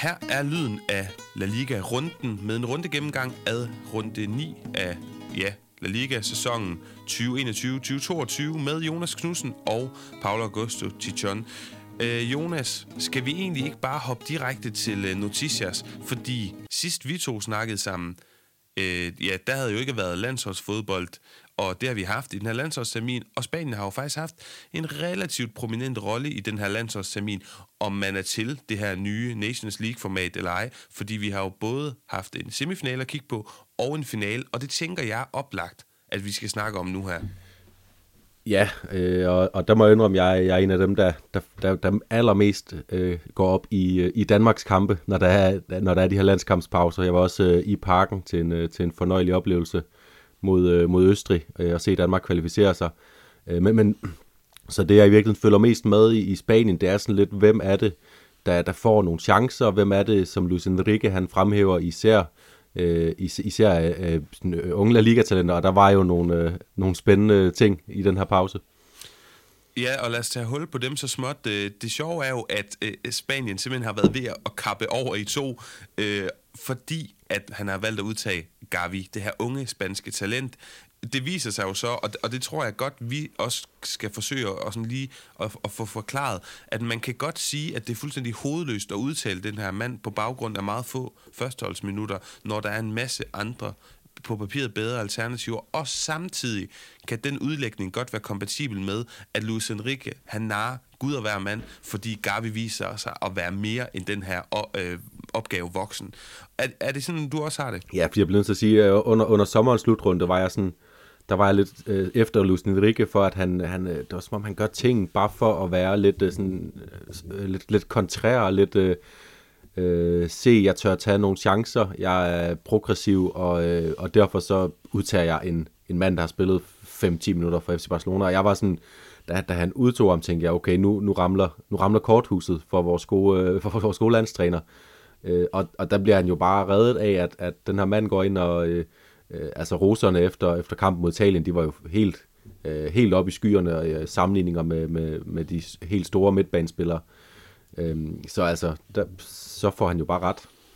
Her er lyden af La Liga-runden med en rundegennemgang af runde 9 af La Liga-sæsonen 2021-2022 med Jonas Knudsen og Paulo Augusto Chichon. Jonas, skal vi egentlig ikke bare hoppe direkte til Noticias? Fordi sidst vi to snakkede sammen, der havde jo ikke været landsholdsfodbold, og det har vi haft i den her landsholdstermin, og Spanien har jo faktisk haft en relativt prominent rolle i den her landsholdstermin, om man er til det her nye Nations League-format eller ej, fordi vi har jo både haft en semifinal at kigge på, og en finale, og det tænker jeg oplagt, at vi skal snakke om nu her. Ja, og der må jeg indrømme, at jeg er en af dem, der allermest går op i Danmarks kampe, når der er de her landskampspauser. Jeg var også i Parken til en fornøjelig oplevelse mod Østrig og se Danmark kvalificere sig. Men så det, jeg i virkeligheden følger mest med i Spanien, det er sådan lidt, hvem er det, der får nogle chancer, hvem er det, som Luis Enrique han fremhæver især unge La Liga-talenter, og der var jo nogle spændende ting i den her pause. Ja, og lad os tage hul på dem så småt. Det sjove er jo, at Spanien simpelthen har været ved at kappe over i to, fordi at han har valgt at udtage Gavi, det her unge spanske talent. Det viser sig jo så, og det tror jeg godt, vi også skal forsøge at, sådan lige at få forklaret, at man kan godt sige, at det er fuldstændig hovedløst at udtale den her mand på baggrund af meget få førsteholdsminutter, når der er en masse andre på papiret bedre alternativer, og samtidig kan den udlægning godt være kompatibel med, at Luis Enrique, han narrer Gud og hver mand, fordi Gavi viser sig at være mere end den her opgave voksen. Er det sådan, du også har det? Ja, fordi jeg bliver nødt til at sige, at under sommerens slutrunde var jeg sådan, der var jeg lidt efter Luis Enrique, for at han det var som om han gør ting bare for at være lidt sådan lidt kontrær, lidt jeg tør tage nogle chancer, jeg er progressiv, og derfor så udtager jeg en mand, der har spillet 5-10 minutter for FC Barcelona, og jeg var sådan, da han udtog ham, tænkte jeg, okay, nu ramler korthuset for vores gode landstræner, og der bliver han jo bare reddet af, at den her mand går ind og altså roserne efter kampen mod Italien, de var jo helt op i skyerne, og sammenligninger med de helt store midtbanespillere. Så altså, så får han jo bare ret.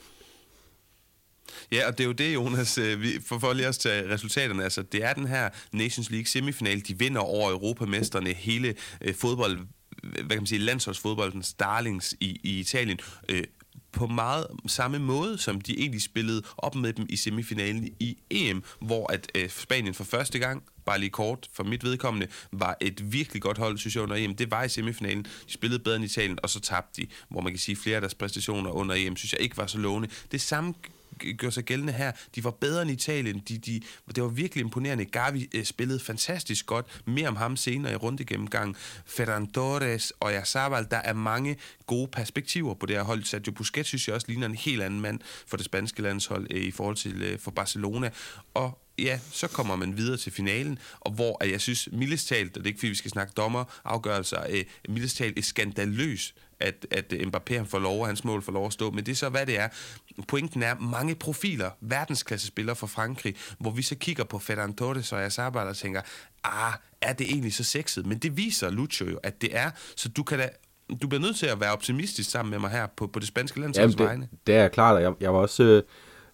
Ja, og det er jo det, Jonas, for lige at tage resultaterne, altså det er den her Nations League semifinal, de vinder over europamesterne, hele fodbold, hvad kan man sige, landsholdsfodboldens darlings i Italien, på meget samme måde, som de egentlig spillede op med dem i semifinalen i EM, hvor at Spanien for første gang, bare lige kort for mit vedkommende, var et virkelig godt hold, synes jeg, under EM. Det var i semifinalen. De spillede bedre end Italien, og så tabte de, hvor man kan sige, flere af deres præstationer under EM, synes jeg ikke var så lovende. Det samme gør sig gældende her. De var bedre end Italien. Det var virkelig imponerende. Gavi spillede fantastisk godt. Mere om ham senere i rundegennemgang. Ferran Torres og Oyarzabal. Der er mange gode perspektiver på det her hold. Sergio Busquets synes jeg også ligner en helt anden mand for det spanske landshold i forhold til for Barcelona. Og ja, så kommer man videre til finalen, og hvor jeg synes, mildest talt, og det er ikke fordi vi skal snakke dommerafgørelser, mildest talt er skandaløs, at Mbappé får lov, og hans mål får lov at stå. Men det er så, hvad det er. Pointen er, mange profiler, verdensklassespillere fra Frankrig, hvor vi så kigger på Ferran Torres og Oyarzabal og tænker, er det egentlig så sexet? Men det viser Lucho jo, at det er. Så du bliver nødt til at være optimistisk sammen med mig her på det spanske landsholds vegne. Det er klart, og jeg var også...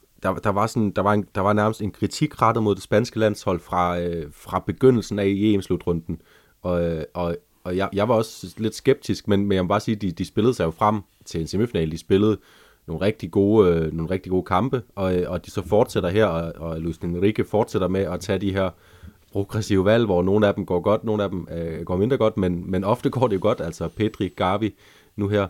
Der var nærmest en kritik rettet mod det spanske landshold fra begyndelsen af EM-slutrunden, og jeg var også lidt skeptisk, men jeg må bare sige, de spillede sig jo frem til en semifinal. De spillede nogle rigtig gode kampe, og de så fortsætter her, og Luis Enrique fortsætter med at tage de her progressive valg, hvor nogle af dem går godt, nogle af dem går mindre godt, men ofte går det jo godt, altså Pedri, Gavi nu her.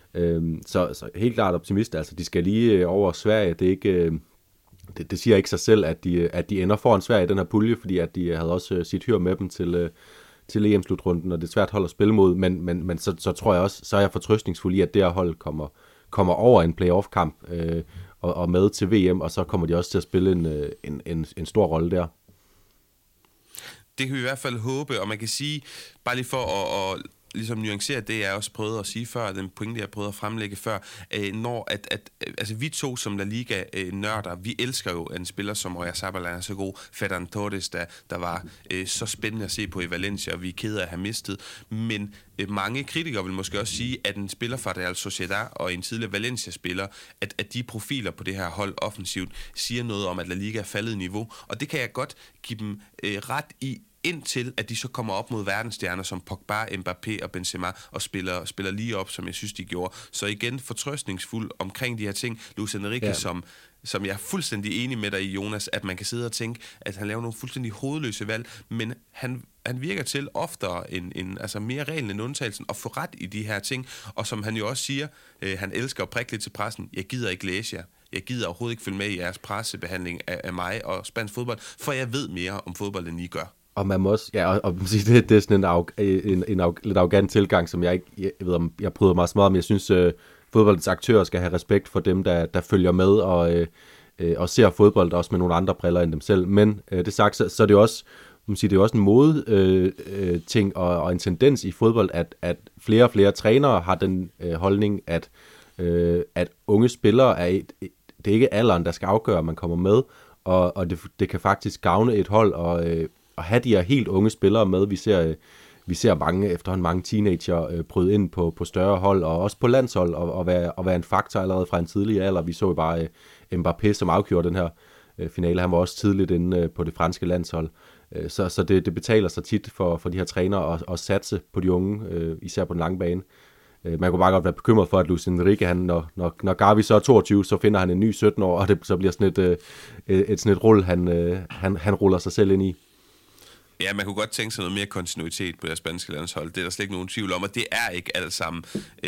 Så helt klart optimist, altså de skal lige over Sverige, det er ikke, det siger ikke sig selv, at de ender foran Sverige i den her pulje, fordi at de havde også sit hyr med dem til EM-slutrunden, og det er svært hold at spille mod, men så tror jeg også, så er jeg fortrøstningsfuld i, at det her hold kommer over en playoff-kamp og med til VM, og så kommer de også til at spille en stor rolle der. Det kan vi i hvert fald håbe, og man kan sige, bare lige for at ligesom nuancere det, jeg også prøvede at sige før, den pointe, jeg prøvede at fremlægge før, når altså vi to som La Liga-nørder, vi elsker jo en spiller som Oyarzabal er så god, Ferran Torres, der var så spændende at se på i Valencia, og vi er kede af at have mistet, men mange kritikere vil måske også sige, at en spiller fra Real Sociedad og en tidligere Valencia-spiller, at de profiler på det her hold offensivt siger noget om, at La Liga er faldet i niveau, og det kan jeg godt give dem ret i, indtil at de så kommer op mod verdensstjerner som Pogba, Mbappé og Benzema og spiller lige op, som jeg synes, de gjorde. Så igen fortrøstningsfuld omkring de her ting. Luis Enrique, som jeg er fuldstændig enig med dig i, Jonas, at man kan sidde og tænke, at han laver nogle fuldstændig hovedløse valg, men han virker til oftere altså mere reglen end undtagelsen at få ret i de her ting. Og som han jo også siger, han elsker at prikke lidt til pressen. Jeg gider ikke læse jer. Jeg gider overhovedet ikke følge med i jeres pressebehandling af mig og spansk fodbold, for jeg ved mere om fodbold, end I gør. Og man må også, det er sådan en lidt arrogant tilgang, som jeg ved om jeg bryder mig så meget om. Jeg synes, fodboldens aktører skal have respekt for dem, der følger med og ser fodbold også med nogle andre briller end dem selv. Men det sagt, så er det jo også, det er jo også en mode ting og en tendens i fodbold, at flere og flere trænere har den holdning, at unge spillere det er ikke alderen, der skal afgøre, at man kommer med, og det kan faktisk gavne et hold og have de her helt unge spillere med. Vi ser efterhånden mange teenager bryde ind på større hold, og også på landshold, og være en faktor allerede fra en tidlig alder. Vi så jo bare Mbappé, som afgjorde den her finale. Han var også tidligt inde på det franske landshold. Så det betaler sig tit for de her trænere at satse på de unge, især på den lange bane. Man kunne bare godt være bekymret for, at Luis Enrique, når Gavi så er 22, så finder han en ny 17 år, og det så bliver sådan et rulle, han ruller sig selv ind i. Ja, man kunne godt tænke sig noget mere kontinuitet på det spanske landshold. Det er der slet ikke nogen tvivl om, og det er ikke alt sammen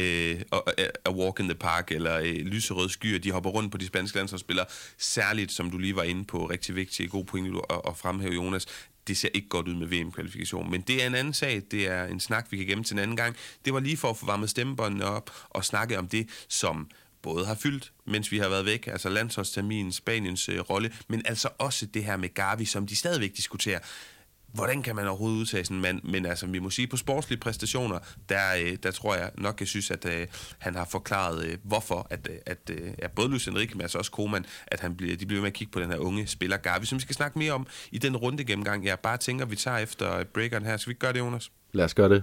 a walk in the park eller lyserøde skyer. De hopper rundt på de spanske landsholdsspillere, særligt, som du lige var inde på, rigtig vigtige, gode point at fremhæve, Jonas. Det ser ikke godt ud med VM-kvalifikation, men det er en anden sag. Det er en snak, vi kan gemme til en anden gang. Det var lige for at få varmet stemmebåndene op og snakke om det, som både har fyldt, mens vi har været væk, altså landsholdsterminen, Spaniens rolle, men altså også det her med Gavi, som de stadigvæk diskuterer. Hvordan kan man overhovedet udtage sådan en mand? Men altså, vi må sige, på sportslige præstationer, der tror jeg nok, jeg synes, at han har forklaret, hvorfor, at både Luis Enrique, men altså også Koeman, at de bliver med at kigge på den her unge spiller Gavi, som vi skal snakke mere om i den runde gennemgang. Jeg bare tænker, vi tager efter breakeren her. Skal vi ikke gøre det, Jonas? Lad os gøre det.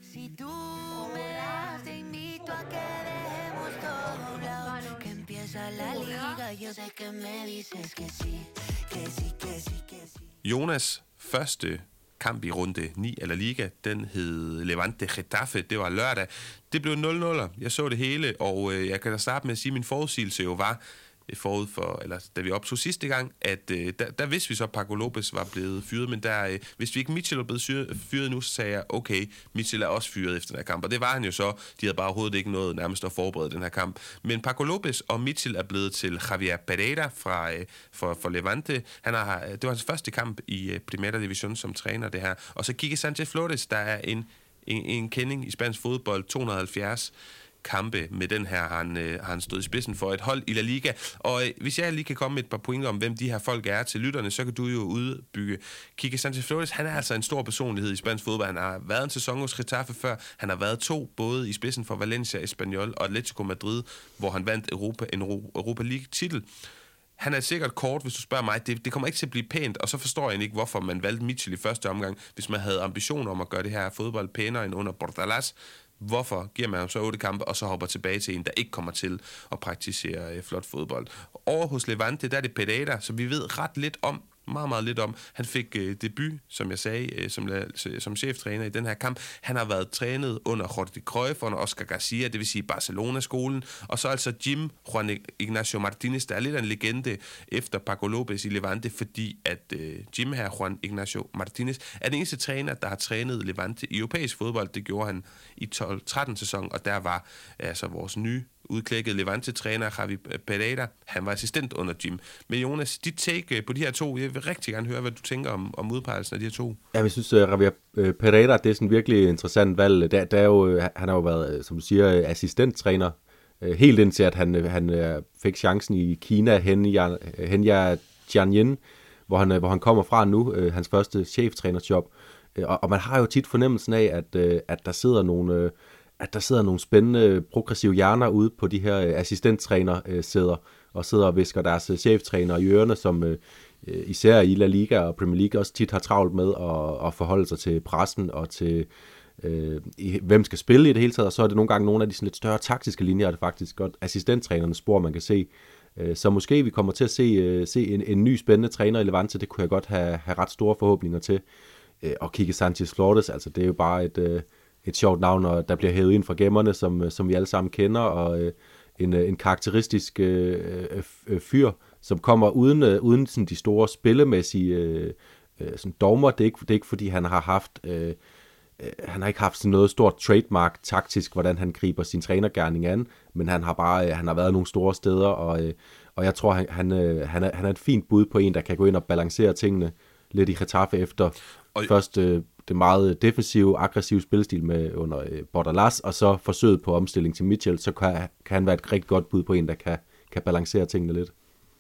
Jonas første kamp i runde 9 af La Liga, den hed Levante Getafe, det var lørdag. Det blev 0-0, jeg så det hele, og jeg kan da starte med at sige, at min forudsigelse jo var, da vi optog sidste gang, at der vidste vi så, at Paco Lopez var blevet fyret, men hvis vi ikke Mitchell var blevet fyret nu, så sagde jeg, okay, Mitchell er også fyret efter den her kamp, og det var han jo så. De havde bare overhovedet ikke noget nærmest at forberede den her kamp. Men Paco Lopez og Mitchell er blevet til Javier Pereira for Levante. Det var hans første kamp i Primera Division som træner, det her. Og så Quique Sánchez Flores, der er en kending i spansk fodbold, 270 kampe med den her har han stået i spidsen for et hold i La Liga. Og hvis jeg lige kan komme med et par pointer om, hvem de her folk er til lytterne, så kan du jo udbygge. Quique Sánchez Flores, han er altså en stor personlighed i spansk fodbold. Han har været en sæson hos Getafe før. Han har været 2, både i spidsen for Valencia, Espanyol og Atletico Madrid, hvor han vandt en Europa League-titel. Han er sikkert kort, hvis du spørger mig. Det kommer ikke til at blive pænt, og så forstår jeg ikke, hvorfor man valgte Mitchell i første omgang, hvis man havde ambitioner om at gøre det her fodbold pænere end under Bordalas. Hvorfor giver man ham så 8 kampe, og så hopper tilbage til en, der ikke kommer til at praktisere flot fodbold? Over hos Levante, der er det Pereira, som vi ved ret lidt om, meget lidt om. Han fik debut, som jeg sagde, som cheftræner i den her kamp. Han har været trænet under Jordi Cruyff, under Oscar Garcia, det vil sige Barcelona-skolen, og så altså Juan Ignacio Martinez, der er lidt af en legende efter Paco Lopez i Levante, fordi at Juan Ignacio Martinez er den eneste træner, der har trænet Levante i europæisk fodbold. Det gjorde han i 12-13 sæson, og der var altså vores nye udklækket Levante-træner Javi Pereira. Han var assistent under Jim. Men Jonas, dit take på de her to, jeg vil rigtig gerne høre, hvad du tænker om udpegelsen af de her to. Ja, jeg synes, Javier Pereira, det er sådan virkelig interessant valg. Der er jo, han har jo været, som du siger, assistenttræner, helt indtil at han fik chancen i Kina, Henya Jianyin, hvor han kommer fra nu, hans første cheftrænerjob. Og man har jo tit fornemmelsen af, at der sidder nogle spændende, progressive hjerner ude på de her assistenttræner-sæder, og sidder og visker deres cheftræner i ørerne, som især i La Liga og Premier League også tit har travlt med at forholde sig til pressen og til hvem skal spille i det hele taget, og så er det nogle gange nogle af de sådan lidt større taktiske linjer, er det faktisk godt assistenttrænernes spor, man kan se. Så måske vi kommer til at se en ny spændende træner i Levante, det kunne jeg godt have ret store forhåbninger til. Og Quique Sánchez Flores, altså det er jo bare et sjovt navn, og der bliver hævet ind fra gemmerne, som vi alle sammen kender, og en karakteristisk fyr, som kommer uden sådan de store spillemæssige sådan dogmer. Det er ikke fordi han har haft han har ikke haft sådan noget stort trademark taktisk, hvordan han griber sin trænergerning an, men han har været nogle store steder, og jeg tror han er et fint bud på en, der kan gå ind og balancere tingene lidt i Getafe efter først det meget defensive, aggressive spilstil med under Bordalas, og så forsøget på omstilling til Mitchell, så kan han være et rigtig godt bud på en, der kan balancere tingene lidt.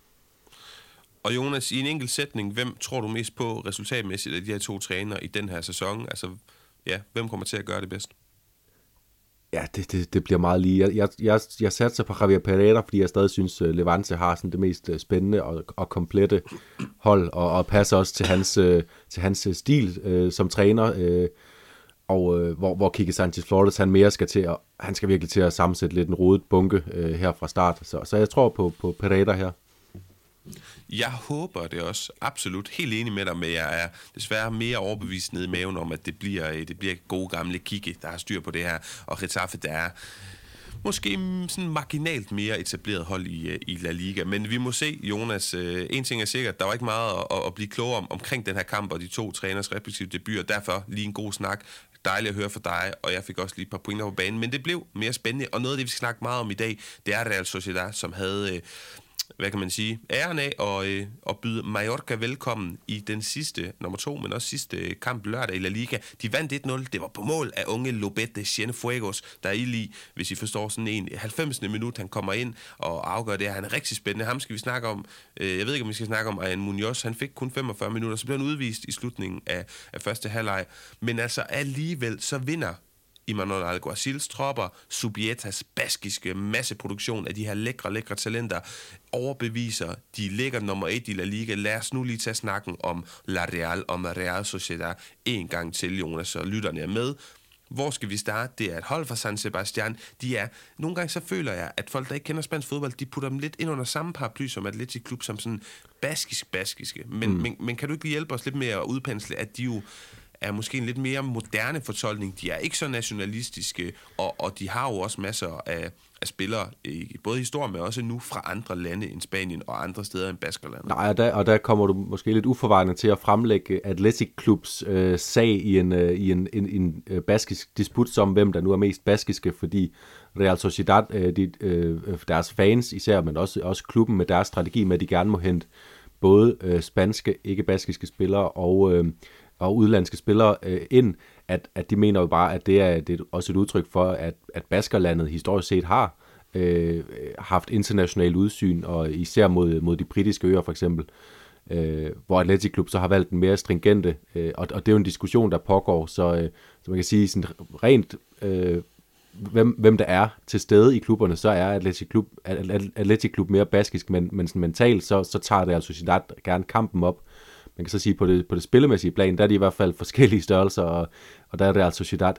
Og Jonas, i en enkelt sætning, hvem tror du mest på resultatmæssigt af de her to trænere i den her sæson? Altså, ja, hvem kommer til at gøre det bedst? Ja, det bliver meget lige. Jeg satser på Javier Pereira, fordi jeg stadig synes, Levante har sådan det mest spændende og komplette hold, og passer også til hans stil som træner, hvor Quique Sánchez Flores, han skal virkelig til at sammensætte lidt en rodet bunke her fra start. Så jeg tror på Pereira her. Jeg håber det også, absolut. Helt enig med dig, men jeg er desværre mere overbevist nede i maven om, at det bliver gode gamle Quique, der har styr på det her, og Getafe, der er måske sådan marginalt mere etableret hold i La Liga. Men vi må se, Jonas, en ting er sikkert, der var ikke meget at blive klogere omkring den her kamp og de to træners respektive debuter, derfor lige en god snak. Dejligt at høre fra dig, og jeg fik også lige et par pointer på banen, men det blev mere spændende, og noget af det, vi skal snakke meget om i dag, det er Real Sociedad, som havde hvad kan man sige, æren af at byde Mallorca velkommen i den sidste, nummer 2, men også sidste kamp lørdag i La Liga. De vandt 1-0. Det var på mål af unge Lobete Cienfuegos, der er i, hvis I forstår sådan en 90. minut, han kommer ind og afgør det. Han er rigtig spændende. Ham skal vi snakke om. Jeg ved ikke, om vi skal snakke om Ayan Munoz. Han fik kun 45 minutter, så blev han udvist i slutningen af første halvleg. Men altså alligevel, så vinder Imanol Alguacils tropper, Subietas baskiske masseproduktion af de her lækre talenter, overbeviser, de ligger nummer 1 i La Liga. Lad os nu lige tage snakken om La Real, om Real Sociedad en gang til, Jonas, så lytterne er med. Hvor skal vi starte? Det er et hold fra San Sebastian. Nogle gange så føler jeg, at folk, der ikke kender spansk fodbold, de putter dem lidt ind under samme paraply som Athletic Klub, som sådan baskiske. Men kan du ikke hjælpe os lidt med at udpensle, at de jo er måske en lidt mere moderne fortolkning. De er ikke så nationalistiske, og de har jo også masser af spillere, både i historien, men også nu fra andre lande end Spanien og andre steder end Baskerlandet. Nej, og der kommer du måske lidt uforvarende til at fremlægge Athletic Klubs sag i en baskisk disput om, hvem der nu er mest baskiske, fordi Real Sociedad, deres fans især, men også klubben med deres strategi med, at de gerne må hente både spanske, ikke-baskiske spillere og udlandske spillere ind, at de mener jo bare, at det er også et udtryk for, at Baskerlandet historisk set har haft internationalt udsyn, og især mod de britiske øer for eksempel, hvor Athletic Klub så har valgt en mere stringente, og det er jo en diskussion, der pågår, så man kan sige sådan rent, hvem der er til stede i klubberne, så er Athletic Klub mere baskisk, men sådan mentalt, så tager det altså Sociedad gerne kampen op. Man kan så sige, på det spillemæssige plan, der er de i hvert fald forskellige størrelser, og der er det altså Sociedad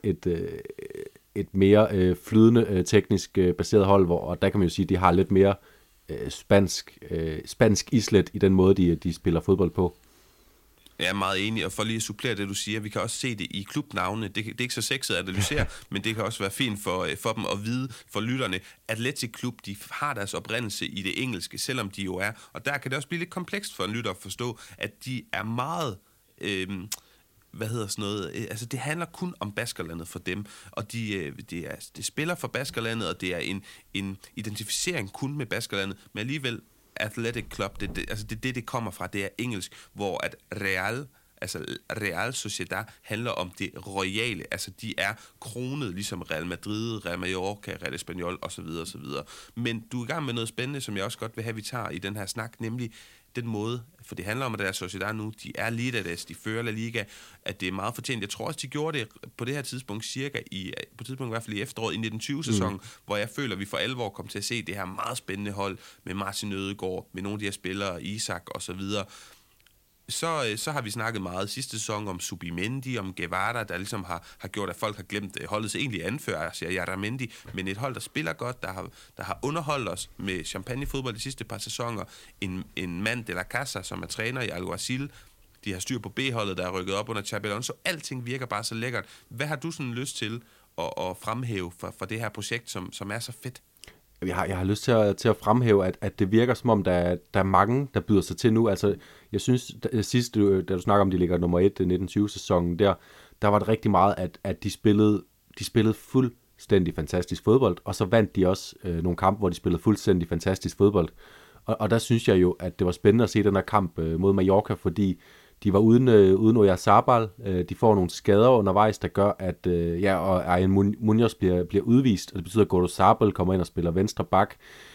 et mere flydende, teknisk baseret hold, og der kan man jo sige, at de har lidt mere spansk islet i den måde, de spiller fodbold på. Jeg er meget enig, og for lige at supplere det, du siger, vi kan også se det i klubnavnene. Det er ikke så sexet at analysere, men det kan også være fint for dem at vide, for lytterne. Athletic Klub, de har deres oprindelse i det engelske, selvom de jo er. Og der kan det også blive lidt komplekst for en lytter at forstå, at de er meget altså det handler kun om Baskerlandet for dem, og det spiller for Baskerlandet, og det er en identificering kun med Baskerlandet, men alligevel Athletic Club, det kommer fra, det er engelsk, hvor at Real Altså Real Sociedad handler om det royale, altså de er kronet ligesom Real Madrid, Real Mallorca, Real Espanyol osv. osv. Men du er i gang med noget spændende, som jeg også godt vil have, vi tager i den her snak, nemlig den måde, for det handler om, at Real Sociedad nu, de er Líderes, de fører La Liga, at det er meget fortjent. Jeg tror også, de gjorde det på det her tidspunkt, på tidspunkt i hvert fald i efteråret i 1920-sæsonen, hvor jeg føler, at vi for alvor kom til at se det her meget spændende hold med Martin Ødegaard, med nogle af de her spillere, Isak og så videre. Så har vi snakket meget sidste sæson om Subimendi, om Guevara, der ligesom har gjort, at folk har glemt holdets egentlige anfører, siger Jaramendi, men et hold, der spiller godt, der har underholdt os med champagnefodbold de sidste par sæsoner. En mand de la Casa, som er træner i Alguacil, de har styr på B-holdet, der er rykket op under Xabi Alonso. Alting virker bare så lækkert. Hvad har du sådan lyst til at fremhæve for det her projekt, som er så fedt? Jeg har lyst til at fremhæve, at det virker som om, der er mange, der byder sig til nu. Altså, jeg synes, sidst, da du snakker om, de ligger nummer 1 i 1920-sæsonen, der var det rigtig meget, at de spillede fuldstændig fantastisk fodbold, og så vandt de også nogle kampe, hvor de spillede fuldstændig fantastisk fodbold. Og der synes jeg jo, at det var spændende at se den her kamp mod Mallorca, fordi de var uden Oyarzabal. De får nogle skader undervejs, der gør, at og Arian Munoz bliver udvist, og det betyder, at Gorosabal kommer ind og spiller venstre bak.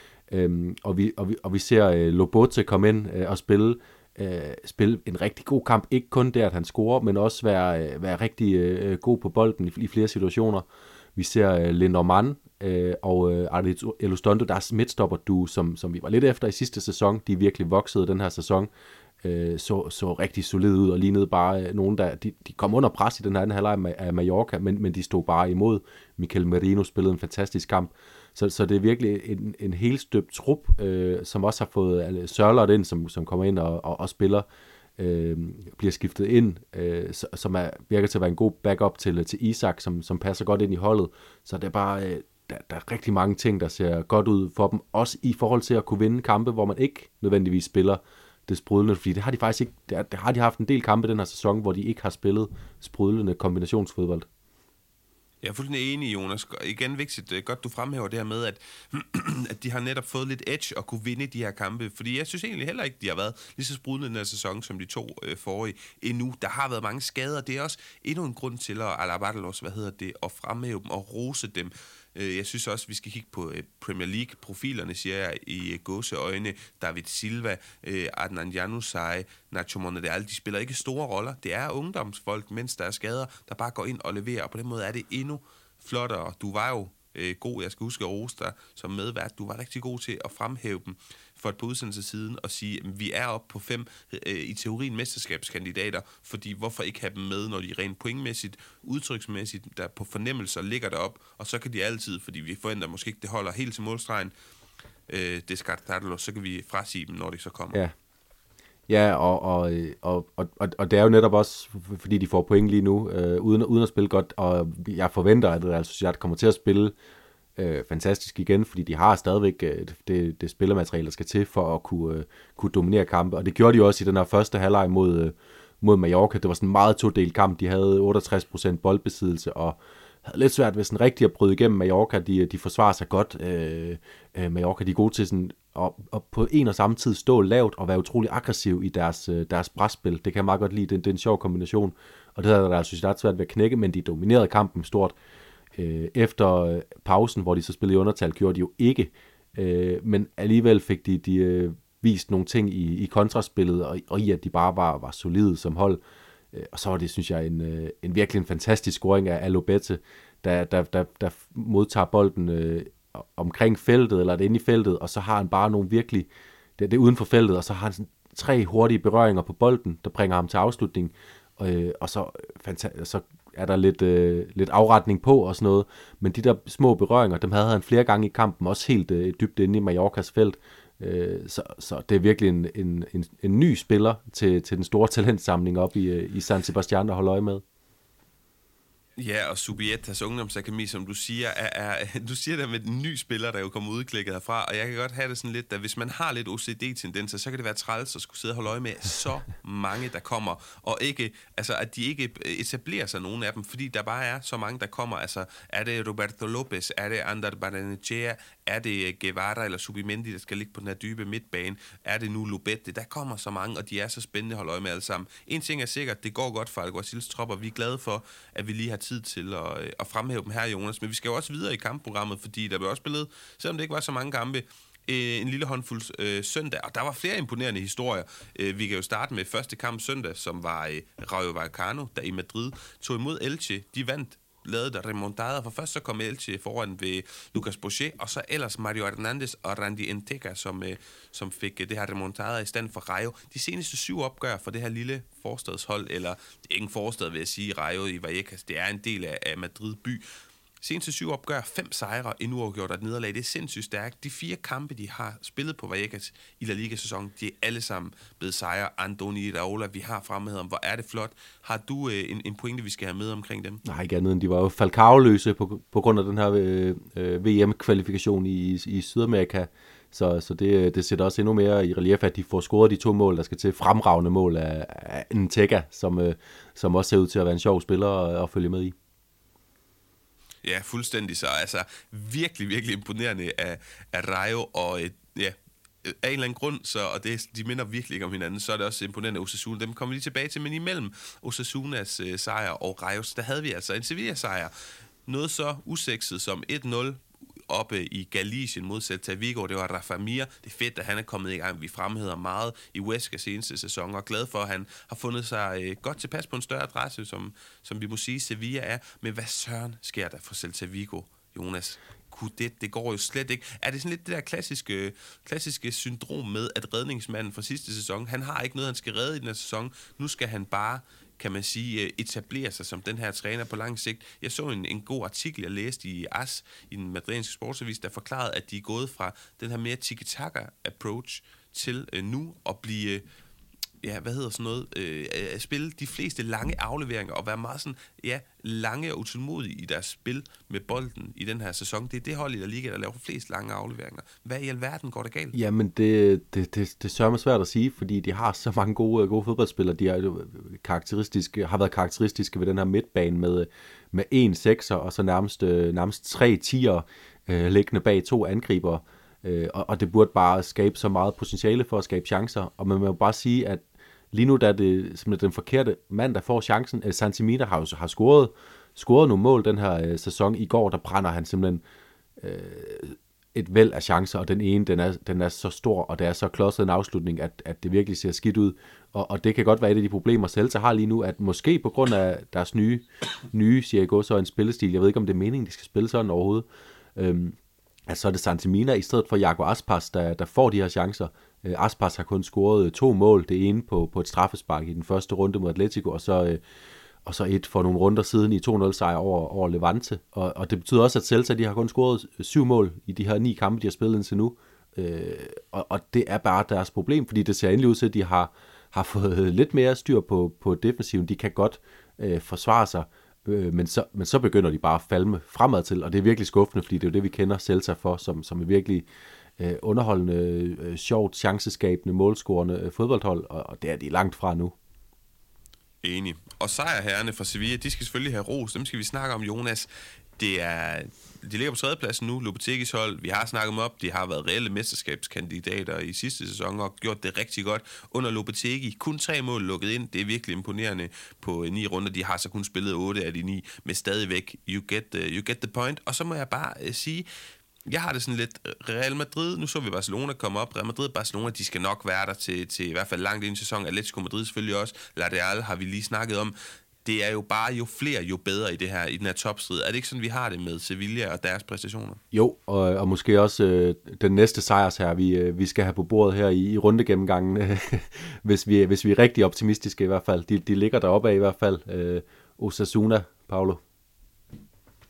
Og vi ser Lobote komme ind og spille en rigtig god kamp. Ikke kun det, at han scorer, men også være rigtig god på bolden i flere situationer. Vi ser Lenormand og Ardit Elustondo, der er midtstopper, som vi var lidt efter i sidste sæson. De er virkelig vokset den her sæson. Så rigtig solid ud og lignede bare nogen, der de kom under pres i den her anden halvleg af Mallorca, men de stod bare imod. Mikel Merino spillede en fantastisk kamp. Så det er virkelig en helt støbt trup, som også har fået Sørloth ind, som kommer ind og spiller, bliver skiftet ind, som virker til at være en god backup til Isak, som passer godt ind i holdet. Så det er bare der er rigtig mange ting, der ser godt ud for dem, også i forhold til at kunne vinde kampe, hvor man ikke nødvendigvis spiller det sprudlende, fordi det har de faktisk ikke, det har de haft en del kampe den her sæson, hvor de ikke har spillet sprudlende kombinationsfodbold. Jeg er fuldstændig enig, Jonas. Igen vigtigt, godt du fremhæver det her med, at de har netop fået lidt edge og kunne vinde de her kampe, fordi jeg synes egentlig heller ikke, de har været lige så sprudlende den her sæson, som de to forrige endnu. Der har været mange skader, det er også endnu en grund til at alabarlos, at fremhæve dem og rose dem. Jeg synes også, vi skal kigge på Premier League-profilerne, siger jeg i gåseøjne. David Silva, Adnan Januzaj, Nacho Monreal, de spiller ikke store roller. Det er ungdomsfolk, mens der er skader, der bare går ind og leverer. Og på den måde er det endnu flottere. Du var jo god, jeg skal huske at rose dig som medvært. Du var rigtig god til at fremhæve dem for et par udsendelser siden og sige, at vi er oppe på 5 i teorien mesterskabskandidater, fordi hvorfor ikke have dem med, når de rent pointmæssigt, udtryksmæssigt, der på fornemmelser ligger derop, og så kan de altid, fordi vi forventer måske ikke, det holder helt til målstregen, descartarlo, så kan vi frasige dem, når de så kommer. Ja. Ja, og det er jo netop også, fordi de får point lige nu, uden at spille godt, og jeg forventer, at Real Sociedad kommer til at spille fantastisk igen, fordi de har stadigvæk det spillermateriale, der skal til for at kunne dominere kampe, og det gjorde de også i den her første halvleg mod Mallorca. Det var sådan en meget todelt kamp. De havde 68% boldbesiddelse, og havde lidt svært ved sådan rigtigt at bryde igennem Mallorca. De forsvarer sig godt. Mallorca, de er gode til sådan at på en og samme tid stå lavt og være utrolig aggressiv i deres presspil. Det kan jeg meget godt lide. Det er en sjov kombination, og det havde der altså svært ved at knække, men de dominerede kampen stort. Efter pausen, hvor de så spillede i undertal, gjorde de jo ikke, men alligevel fik de vist nogle ting i kontraspillet, og i at de bare var solide som hold. Og så var det, synes jeg, en virkelig en fantastisk scoring af Lobete, der modtager bolden omkring feltet, eller det inde i feltet, og så har han bare nogle virkelig, det er uden for feltet, og så har han sådan 3 hurtige berøringer på bolden, der bringer ham til afslutning, og så er der lidt afretning på og sådan noget, men de der små berøringer, dem havde han flere gange i kampen, også helt dybt inde i Mallorcas felt, så det er virkelig en ny spiller til den store talentsamling op i San Sebastian, der holder øje med. Ja, og Subietas ungdomsakademi, som du siger, du siger der med den nye spiller, der jo kommer udklikket herfra, og jeg kan godt have det sådan lidt, at hvis man har lidt OCD-tendenser, så kan det være træls at skulle sidde og holde øje med så mange, der kommer, og ikke, altså at de ikke etablerer sig, nogen af dem, fordi der bare er så mange, der kommer. Altså, er det Roberto Lopez, er det Ander Barrenechea, er det Guevara eller Subimendi, der skal ligge på den her dybe midtbane, er det nu Lubette, der kommer så mange, og de er så spændende at holde øje med alle sammen. En ting er sikkert, det går godt for Alguacils tropper, vi er glade for, at vi lige har tid til at fremhæve dem her, Jonas. Men vi skal jo også videre i kampprogrammet, fordi der blev også spillet, selvom det ikke var så mange kampe, en lille håndfuld søndag, og der var flere imponerende historier. Vi kan jo starte med første kamp søndag, som var Rayo Vallecano, der i Madrid tog imod Elche. De vandt, lavede der remontada, for først så kom Elche foran ved Lucas Bochet, og så ellers Mario Hernandez og Randy Enteca, som fik det her remontada i stand for Rayo. De seneste 7 opgør for det her lille forstadshold, eller det er ikke en forstad, vil jeg sige, Rayo i Vallecas, det er en del af Madrid by. Seneste 7 opgør, 5 sejre, en uafgjort og et nederlag. Det er sindssygt stærkt. De 4 kampe, de har spillet på Vallecas i La Liga-sæsonen, de er alle sammen blevet sejre. Andoni Iraola, vi har fremhed om. Hvor er det flot. Har du en pointe, vi skal have med omkring dem? Nej, ikke andet end de var jo Falcao-løse på grund af den her VM-kvalifikation i Sydamerika. Så det sætter også endnu mere i relief, at de får scoret de 2 mål, der skal til fremragende mål af Enteca, som også ser ud til at være en sjov spiller at følge med i. Ja, fuldstændig så. Altså, virkelig, virkelig imponerende af Rayo, og ja, af en eller anden grund, og de minder virkelig ikke om hinanden, så er det også imponerende af Osasuna. Dem kommer vi lige tilbage til, men imellem Osasunas sejr og Rayos, der havde vi altså en Sevilla-sejr. Noget så usekset som 1-0 oppe i Galicien mod Celta Vigo. Det var Rafa Mir. Det er fedt, at han er kommet i gang. Vi fremhæver meget i Huescas seneste sæson, og glad for, at han har fundet sig godt tilpas på en større adresse, som vi må sige, Sevilla er. Men hvad søren sker der for Celta Vigo, Jonas? Det går jo slet ikke. Er det sådan lidt det der klassiske syndrom med, at redningsmanden fra sidste sæson, han har ikke noget, han skal redde i den her sæson. Nu skal han bare, kan man sige, etablere sig som den her træner på lang sigt. Jeg så en god artikel, jeg læste i AS, i den madrilenske sportsavis, der forklarede, at de er gået fra den her mere tiki-taka-approach til nu at blive, at spille de fleste lange afleveringer og være meget sådan, lange og utålmodige i deres spil med bolden i den her sæson. Det er det hold i La Liga, der laver flest lange afleveringer. Hvad i alverden går der galt? Jamen, det sørger svært at sige, fordi de har så mange gode fodboldspillere. De har været karakteristiske ved den her midtbane med 1 sekser og så nærmest 3 tiere liggende bag 2 angribere. Og det burde bare skabe så meget potentiale for at skabe chancer. Og man må bare sige, at lige nu der er det simpelthen den forkerte mand, der får chancen. Santi Mina har scoret nogle mål den her sæson. I går, der brænder han simpelthen et væld af chancer, og den ene, den er så stor, og det er så klodset en afslutning, at det virkelig ser skidt ud. Og det kan godt være et af de problemer, Celta har lige nu, at måske på grund af deres nye siger jeg så en spillestil, jeg ved ikke, om det er meningen, de skal spille sådan overhovedet, at så er det Santi Mina i stedet for Iago Aspas, der får de her chancer. Aspas har kun scoret 2 mål, det ene på et straffespark i den første runde mod Atletico, og så et for nogle runder siden i 2-0 sejr over Levante. Og det betyder også, at Celta de har kun scoret 7 mål i de her 9 kampe, de har spillet indtil nu. Og det er bare deres problem, fordi det ser endelig ud til, at de har fået lidt mere styr på defensiven. De kan godt forsvare sig, men så begynder de bare at falme fremad til, og det er virkelig skuffende, fordi det er jo det, vi kender Celta for, som er virkelig underholdende, sjovt, chanceskabende, målscorende fodboldhold, og det er de langt fra nu. Enig. Og sejrherrerne fra Sevilla, de skal selvfølgelig have ros. Dem skal vi snakke om, Jonas. De ligger på 3. pladsen nu, Lopetegis hold. Vi har snakket dem op. De har været reelle mesterskabskandidater i sidste sæson og gjort det rigtig godt under Lopetegi. Kun 3 mål lukket ind. Det er virkelig imponerende på 9 runder. De har så kun spillet 8 af de 9, men stadigvæk, you get the point. Og så må jeg bare sige, jeg har det sådan lidt, Real Madrid, nu så vi Barcelona komme op, Real Madrid, Barcelona, de skal nok være der til i hvert fald langt ind i sæsonen, Atletico Madrid selvfølgelig også, La Real har vi lige snakket om, det er jo bare jo flere, jo bedre i den her topstrid. Er det ikke sådan, vi har det med Sevilla og deres præstationer? Jo, og måske også den næste sejrs her, vi skal have på bordet her i rundegennemgangen, hvis vi er rigtig optimistiske i hvert fald. De ligger deroppe af i hvert fald. Osasuna, Paulo.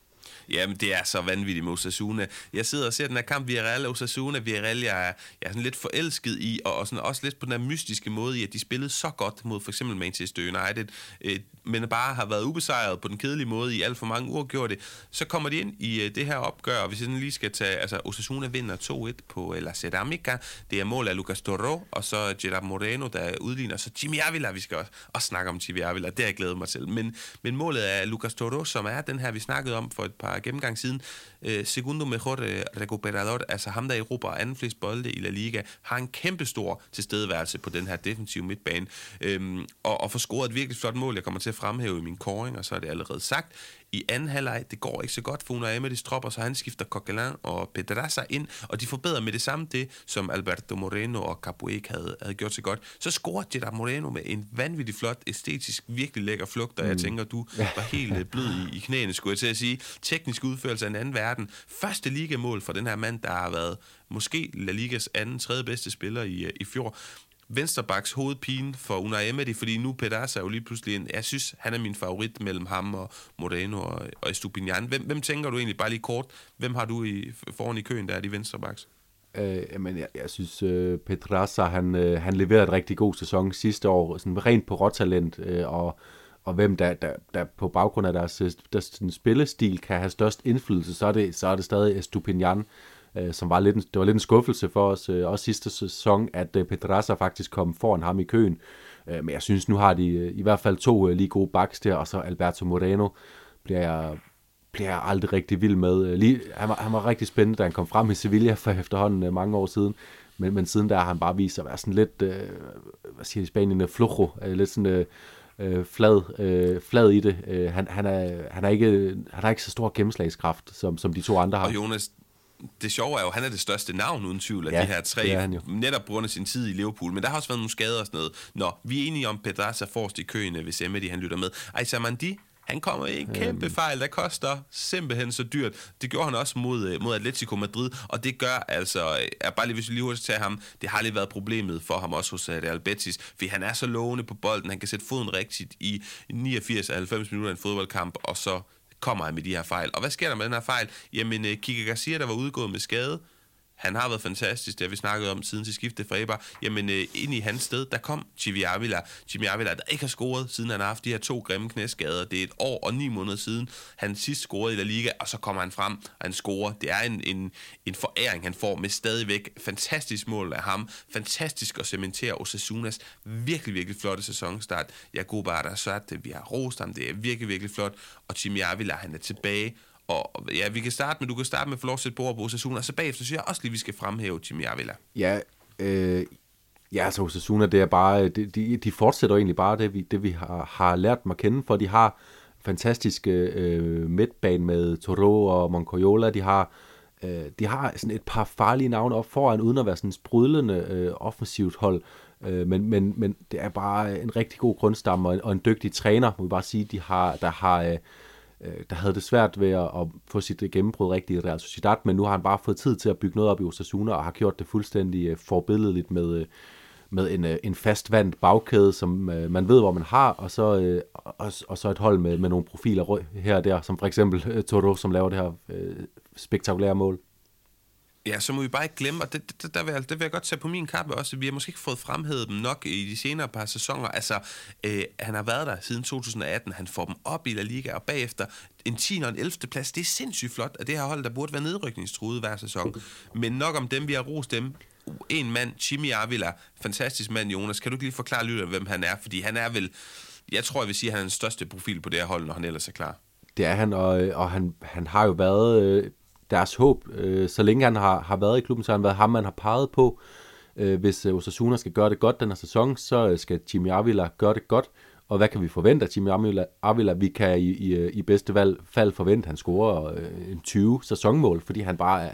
Jamen, det er så vanvittigt med Osasuna. Jeg sidder og ser den her kamp Villarreal og Osasuna. Villarreal, jeg er sådan lidt forelsket i, og sådan også lidt på den her mystiske måde i, at de spillede så godt mod for eksempel Manchester United, men bare har været ubesejret på den kedelige måde i alt for mange uafgjorte. Så kommer de ind i det her opgør, og hvis jeg lige skal tage, altså Osasuna vinder 2-1 på La Ceramica. Det er mål af Lucas Toro, og så Gerard Moreno, der udligner, så Jimmy Avila, vi skal også snakke om Jimmy Avila, det har jeg glædet mig til. Men målet er Lucas Toro, som er den her, vi snakkede om for et par gennemgang siden, segundo mejor recuperador, altså ham, der i Europa og anden flest bolde i La Liga, har en kæmpestor tilstedeværelse på den her defensive midtbane, og får scoret et virkelig flot mål, jeg kommer til at fremhæve i min kåring, og så er det allerede sagt. I anden halvleg, det går ikke så godt for Unai Emery's tropper, så han skifter Coquelin og Pedraza ind, og de forbedrer med det samme det, som Alberto Moreno og Capuek havde gjort så godt. Så scorer Gerard Moreno med en vanvittig flot, æstetisk, virkelig lækker flugt, og jeg tænker, du var helt blød i knæene, skulle jeg til at sige. Teknisk udførelse af en anden verden. Første ligamål for den her mand, der har været måske La Ligas tredje bedste spiller i fjor. Venstrebacks hovedpine for Unai Emery, fordi nu Pedraza er jo lige pludselig jeg synes, han er min favorit mellem ham og Moreno og Estupinian. Hvem tænker du egentlig, bare lige kort, hvem har du foran i køen, der er de venstrebacks? Men jeg synes, Pedraza, han leverede et rigtig god sæson sidste år, sådan rent på råtalent, og hvem der på baggrund af deres spillestil kan have størst indflydelse, så er det stadig Estupinian, som var det var lidt en skuffelse for os, også sidste sæson, at Pedraza faktisk kom foran ham i køen. Men jeg synes, nu har de i hvert fald 2 lige gode backs der, og så Alberto Moreno bliver jeg aldrig rigtig vild med. Han var rigtig spændende, da han kom frem i Sevilla for efterhånden mange år siden, men siden der har han bare vist sig at være sådan lidt, hvad siger de i Spanien, flojo, lidt sådan flad i det. Han har ikke så stor gennemslagskraft, som de 2 andre har. Og Jonas, det sjove er jo, han er det største navn uden tvivl af de her 3, netop på grund af sin tid i Liverpool, men der har også været nogle skader og sådan noget. Nå, vi er enige om Pedraza forrest i køen, hvis Emery han lytter med. Aïssa Mandi, han kommer i en kæmpe fejl, der koster simpelthen så dyrt. Det gjorde han også mod Atletico Madrid, og det gør altså, bare lige hvis vi lige hurtigt tager ham, det har lige været problemet for ham også hos Real Betis, fordi han er så lovende på bolden, han kan sætte foden rigtigt i 89-90 minutter i en fodboldkamp, og så kommer han med de her fejl. Og hvad sker der med den her fejl? Jamen, Kike Garcia, der var udgået med skade, han har været fantastisk, det har vi snakket om siden til skiftet fra Eibar. Jamen, ind i hans sted, der kom Jimmy Avila, der ikke har scoret, siden han har haft de her 2 grimme knæskader. Det er 1 år og 9 måneder siden, han sidst scorede i La Liga, og så kommer han frem, og han scorer. Det er en foræring, han får med stadigvæk fantastisk mål af ham. Fantastisk at cementere Osasunas virkelig, virkelig flotte sæsonstart. Jacob Arrasat, vi har rost ham, det er virkelig, virkelig flot. Og Jimmy Avila, han er tilbage. Og ja, du kan starte med at få lov at sætte på Osasuna, og så bagefter synes jeg også lige, vi skal fremhæve Jimmy Avila. Ja, altså Osasuna, det er bare, de fortsætter egentlig bare det vi har lært dem at kende, for de har fantastiske midtbane med Toro og Moncayola, de har sådan et par farlige navne op foran, uden at være sådan sprudlende offensivt hold, men det er bare en rigtig god grundstamme og en dygtig træner, må vi bare sige, der havde det svært ved at få sit gennembrud rigtigt i Real Sociedad, men nu har han bare fået tid til at bygge noget op i Osasuna, og har gjort det fuldstændig forbilledeligt med en fastvandt bagkæde, som man ved, hvor man har, og så et hold med nogle profiler her og der, som for eksempel Toro, som laver det her spektakulære mål. Ja, så må vi bare ikke glemme, og det vil jeg godt tage på min kappe også, vi har måske ikke fået fremhævet dem nok i de senere par sæsoner. Altså, han har været der siden 2018, han får dem op i La Liga, og bagefter en 10. og en 11. plads. Det er sindssygt flot, at det her hold, der burde være nedrykningstruet hver sæson. Men nok om dem, vi har rost dem. En mand, Jimmy Avila, fantastisk mand, Jonas. Kan du ikke lige forklare lytterne, hvem han er? Fordi han er vel, jeg tror, jeg vil sige, at han er den største profil på det her hold, når han ellers er klar. Det er han, og han har jo været deres håb. Så længe han har været i klubben, så har han været ham, man har peget på. Hvis Osasuna skal gøre det godt den her sæson, så skal Jimmy Avila gøre det godt. Og hvad kan vi forvente af Jimmy Avila? Vi kan i bedste fald forvente, at han scorer en 20 sæsonmål, fordi han bare,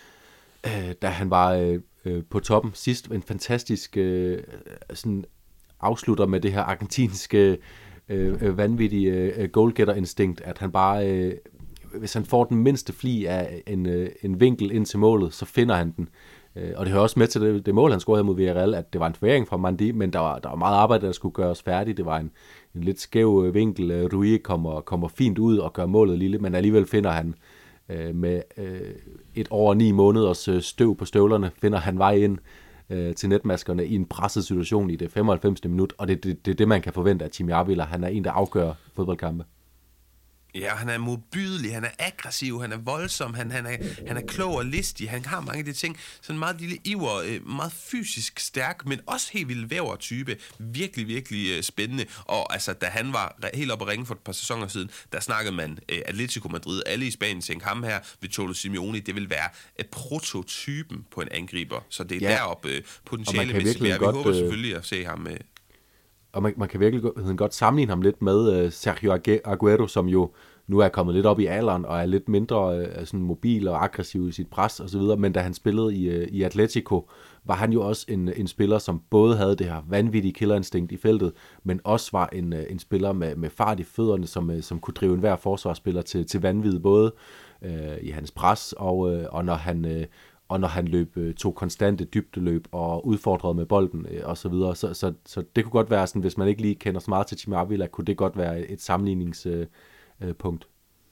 da han var på toppen sidst, en fantastisk sådan afslutter med det her argentinske vanvittige goalgetter-instinkt, at han bare, hvis han får den mindste fli af en vinkel ind til målet, så finder han den. Og det hører også med til det mål, han scorede mod Villarreal, at det var en foræring fra Mandi, men der var meget arbejde, der skulle gøres færdigt. Det var en lidt skæv vinkel. Rui kommer fint ud og gør målet lille, men alligevel finder han med 1 år og 9 måneders støv på støvlerne, finder han vej ind til netmaskerne i en presset situation i det 95. minut, og det er det, man kan forvente af Jimmy Avila. Han er en, der afgør fodboldkampe. Ja, han er modbydelig, han er aggressiv, han er voldsom, han er klog og listig, han har mange af de ting. Sådan en meget lille iver, meget fysisk stærk, men også helt vildt væver type. Virkelig, virkelig spændende. Og altså, da han var helt oppe at ringe for et par sæsoner siden, der snakkede man Atletico Madrid, alle i Spanien tænkte ham her ved Cholo Simeone, det vil være et prototypen på en angriber. Så det er deroppe potentialemæssigt. Vi håber selvfølgelig at se ham. Og man kan virkelig godt sammenligne ham lidt med Sergio Aguero, som jo nu er kommet lidt op i alderen og er lidt mindre sådan mobil og aggressiv i sit pres og så videre, men da han spillede i Atletico, var han jo også en spiller, som både havde det her vanvittige killerinstinkt i feltet, men også var en spiller med fart i fødderne, som kunne drive enhver forsvarsspiller til vanvid, både i hans pres og når han tog konstante dybdeløb og udfordrede med bolden og så videre. Så det kunne godt være sådan, hvis man ikke lige kender så meget til Jimmy Avila, kunne det godt være et sammenligningspunkt.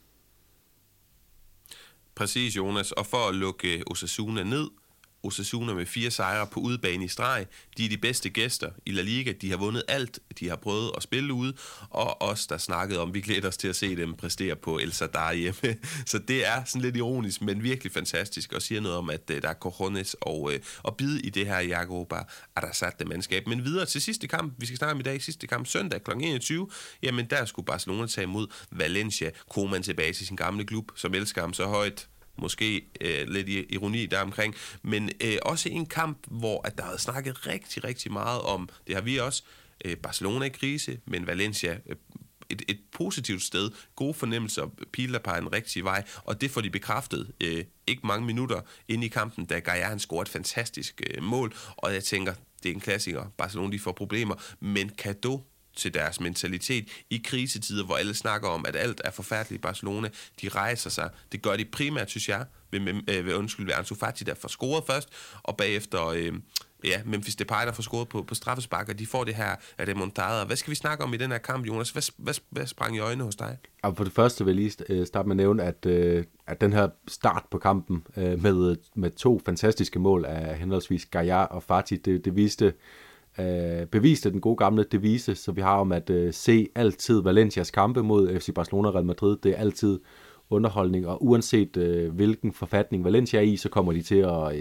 Præcis, Jonas. Og for at lukke Osasuna ned, Osasuna med 4 sejre på udebane i streg. De er de bedste gæster i La Liga. De har vundet alt. De har prøvet at spille ude. Og os, der snakkede om, vi glæder os til at se dem præstere på El Sadar hjemme. Så det er sådan lidt ironisk, men virkelig fantastisk. Og siger noget om, at der er cojones og bide i det her Jagoba Arrasate-mandskab. Men videre til sidste kamp. Vi skal snakke om i dag. Sidste kamp søndag kl. 21. Jamen der skulle Barcelona tage imod Valencia. Koeman tilbage til sin gamle klub, som elsker ham så højt. Måske lidt ironi der omkring, men også en kamp, hvor at der havde snakket rigtig, rigtig meget om, det har vi også, Barcelona i krise, men Valencia et positivt sted, gode fornemmelser, piler på en rigtig vej, og det får de bekræftet ikke mange minutter inde i kampen, da Gaia han scorer et fantastisk mål, og jeg tænker, det er en klassiker, Barcelona de får problemer, men cadeau til deres mentalitet i krisetider, hvor alle snakker om, at alt er forfærdeligt i Barcelona. De rejser sig. Det gør de primært, synes jeg, ved Ansu Fati, der får scoret først, og bagefter Memphis Depay, der får scoret på straffespark, og de får det her remontada. Hvad skal vi snakke om i den her kamp, Jonas? Hvad sprang i øjnene hos dig? For det første vil jeg lige starte med at nævne, at den her start på kampen med 2 fantastiske mål af henholdsvis Gaia og Fati, det beviste den gode gamle devise, så vi har om at se altid Valencias kampe mod FC Barcelona og Real Madrid. Det er altid underholdning, og uanset hvilken forfatning Valencia er i, så kommer de til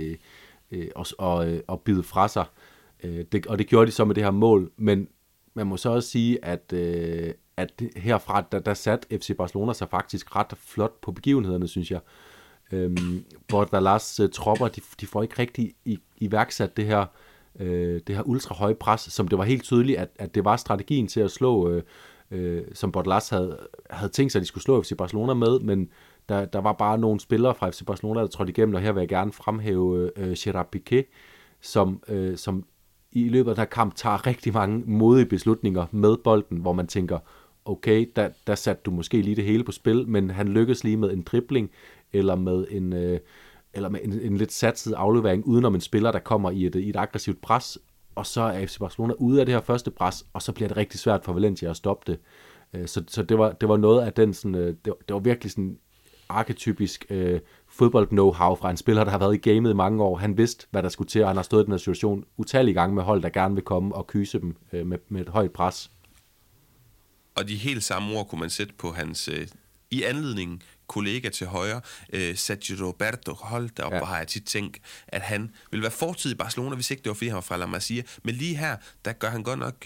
at bide fra sig. Og det gjorde de så med det her mål, men man må så også sige, at herfra, der satte FC Barcelona sig faktisk ret flot på begivenhederne, synes jeg. Bordalas tropper, de får ikke rigtig iværksat det her ultra høje pres, som det var helt tydeligt, at det var strategien til at slå, som Bordalas havde tænkt sig, at de skulle slå FC Barcelona med, men der var bare nogle spillere fra FC Barcelona, der trådte igennem, og her vil jeg gerne fremhæve Gerard Piqué, som i løbet af den her kamp tager rigtig mange modige beslutninger med bolden, hvor man tænker, okay, der satte du måske lige det hele på spil, men han lykkedes lige med en dribling, eller med en lidt satset aflevering udenom en spiller, der kommer i et aggressivt pres, og så er FC Barcelona ude af det her første pres, og så bliver det rigtig svært for Valencia at stoppe det. Så det var noget af den sådan, det var virkelig sådan arketypisk fodbold-know-how fra en spiller, der har været i gamet i mange år. Han vidste, hvad der skulle til, og han har stået i den her situation utallige gange med hold, der gerne vil komme og kyse dem med et højt pres. Og de helt samme ord kunne man sætte på hans i anledningen kollega til højre, Sergio Roberto Holt deroppe, hvor har jeg tit tænkt, at han ville være fortid i Barcelona, hvis ikke det var fordi han var fra La Masia. Men lige her, der gør han godt nok,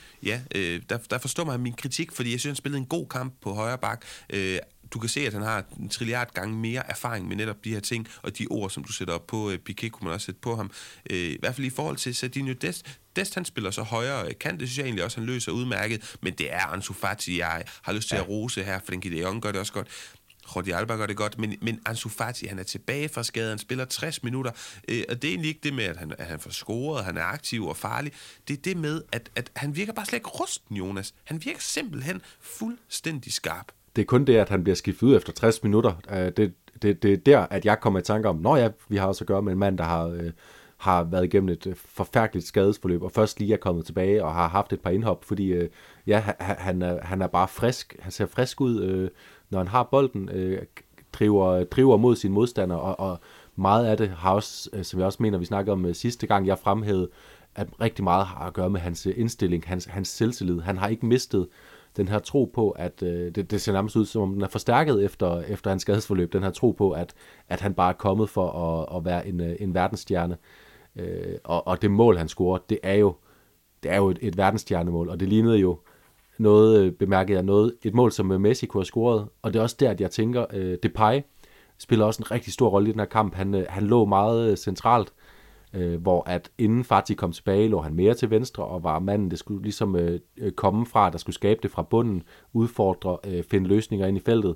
der forstår man min kritik, fordi jeg synes, han spillede en god kamp på højre bak. Du kan se, at han har en trilliard gange mere erfaring med netop de her ting, og de ord, som du sætter op på Piqué, kunne man også sætte på ham. I hvert fald i forhold til Serginho Dest, han spiller så højere kant, det synes jeg egentlig også, han løser udmærket, men det er Ansu Fati, jeg har lyst til at rose her, Frenkie de Jong gør det også godt, Jordi Alba gør det godt, men Ansu Fati, han er tilbage fra skade, han spiller 60 minutter, og det er egentlig ikke det med, at han får scoret, han er aktiv og farlig, det er det med, at han virker bare slet ikke rusten, Jonas. Han virker simpelthen fuldstændig skarp. Det er kun det, at han bliver skiftet ud efter 60 minutter. Det er der, at jeg kommer i tanke om, vi har også at gøre med en mand, der har været igennem et forfærdeligt skadesforløb, og først lige er kommet tilbage og har haft et par indhop, fordi han er bare frisk. Han ser frisk ud, når han har bolden. driver mod sine modstandere, og meget af det har også, som jeg også mener, vi snakkede om sidste gang, jeg fremhævede, at rigtig meget har at gøre med hans indstilling, hans selvtillid. Han har ikke mistet den her tro på, at det ser nærmest ud, som om den er forstærket efter hans skadesforløb, den her tro på, at han bare er kommet for at være en verdensstjerne. Og det mål, han scorer, det er jo et verdensstjernemål, og det lignede jo noget, bemærkede jeg, et mål, som Messi kunne have scoret, og det er også der, at jeg tænker, Depay spiller også en rigtig stor rolle i den her kamp. Han lå meget centralt, hvor at inden Fati kom tilbage, lå han mere til venstre, og var manden, det skulle ligesom komme fra, der skulle skabe det fra bunden, udfordre, finde løsninger ind i feltet.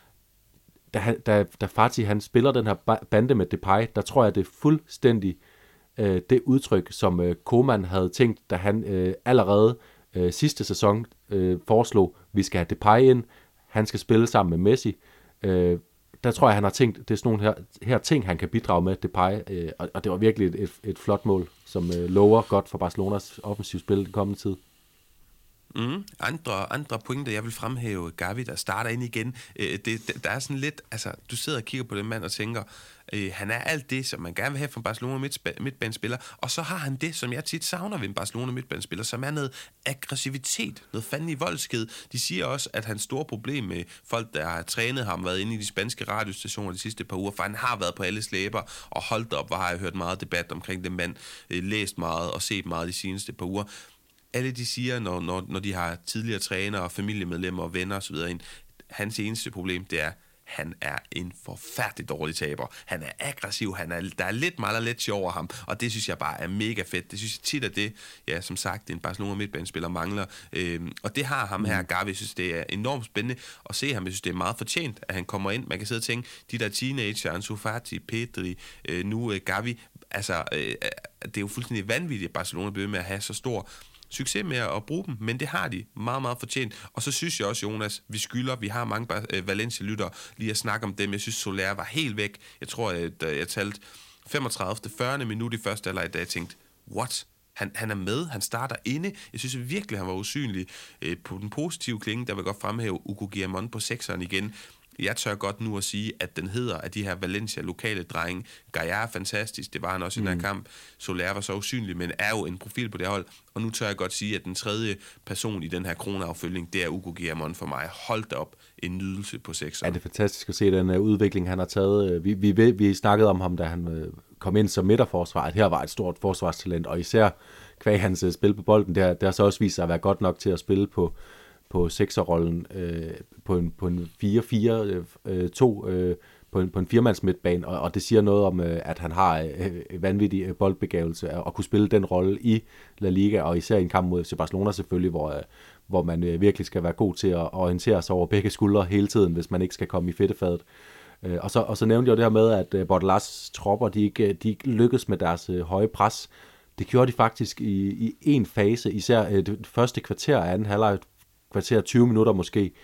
Da Fati han spiller den her bande med Depay, der tror jeg, det er fuldstændig det udtryk, som Koeman havde tænkt, da han allerede sidste sæson foreslog, vi skal have Depay ind, han skal spille sammen med Messi. Der tror jeg, han har tænkt, det er sådan nogle her ting, han kan bidrage med, Depay, og det var virkelig et flot mål, som lover godt for Barcelonas offensivspil den kommende tid. Andre pointer, jeg vil fremhæve, Gavi, der starter ind igen. Der er sådan lidt, altså, du sidder og kigger på den mand og tænker, han er alt det, som man gerne vil have fra Barcelona midtbanespiller, og så har han det, som jeg tit savner ved en Barcelona midtbanespiller, som er noget aggressivitet, noget fanden i voldsked. De siger også, at hans store problem med folk, der har trænet ham, været inde i de spanske radiostationer de sidste par uger, for han har været på alle slæber, og holdt op, hvor har jeg hørt meget debat omkring den mand, læst meget og set meget de seneste par uger. Alle de siger, når de har tidligere trænere, familiemedlemmer og venner osv., hans eneste problem, det er, han er en forfærdelig dårlig taber. Han er aggressiv, der er lidt meget let over ham, og det synes jeg bare er mega fedt. Det synes jeg tit er det, ja, som sagt, en Barcelona midtbanespiller mangler. Og det har ham her, Gavi. Jeg synes, det er enormt spændende at se ham. Jeg synes, det er meget fortjent, at han kommer ind. Man kan sidde og tænke, de der teenager, Ansu Fati, Pedri, nu Gavi, altså, det er jo fuldstændig vanvittigt, at Barcelona bliver med at have så stor succes med at bruge dem, men det har de meget, meget fortjent. Og så synes jeg også, Jonas, vi har mange Valencia-lyttere lige at snakke om dem. Jeg synes, Soler var helt væk. Jeg tror, at jeg talte 35. 40. minut i første halvleg, da jeg tænkte, what? Han er med, han starter inde. Jeg synes virkelig, han var usynlig. På den positive klinge, der vil godt fremhæve Hugo Guillamón på 6'eren igen. Jeg tør godt nu at sige, at den hedder, at de her Valencia lokale drenge, Gaia er fantastisk, det var han også i den her kamp. Soler var så usynlig, men er jo en profil på det hold. Og nu tør jeg godt sige, at den tredje person i den her kroneaffølging, det er Hugo Guillamón for mig. Hold da op, en nydelse på 6'eren. Ja, det er fantastisk at se den udvikling, han har taget. Vi snakkede om ham, da han kom ind som midterforsvar, at her var et stort forsvarstalent, og især kvæg hans spil på bolden, det har så også vist sig at være godt nok til at spille på sekserrollen på en 4-4-2 på en firmands midtbane, og det siger noget om, at han har vanvittig boldbegavelse at kunne spille den rolle i La Liga, og især i en kamp mod Barcelona selvfølgelig, hvor man virkelig skal være god til at orientere sig over begge skuldre hele tiden, hvis man ikke skal komme i fedtefadet. Og så nævnte jeg det her med, at Bordalas tropper, de ikke lykkedes med deres høje pres. Det gjorde de faktisk i en fase, især det første kvarter af anden halvleg, kvarter 20 minutter måske,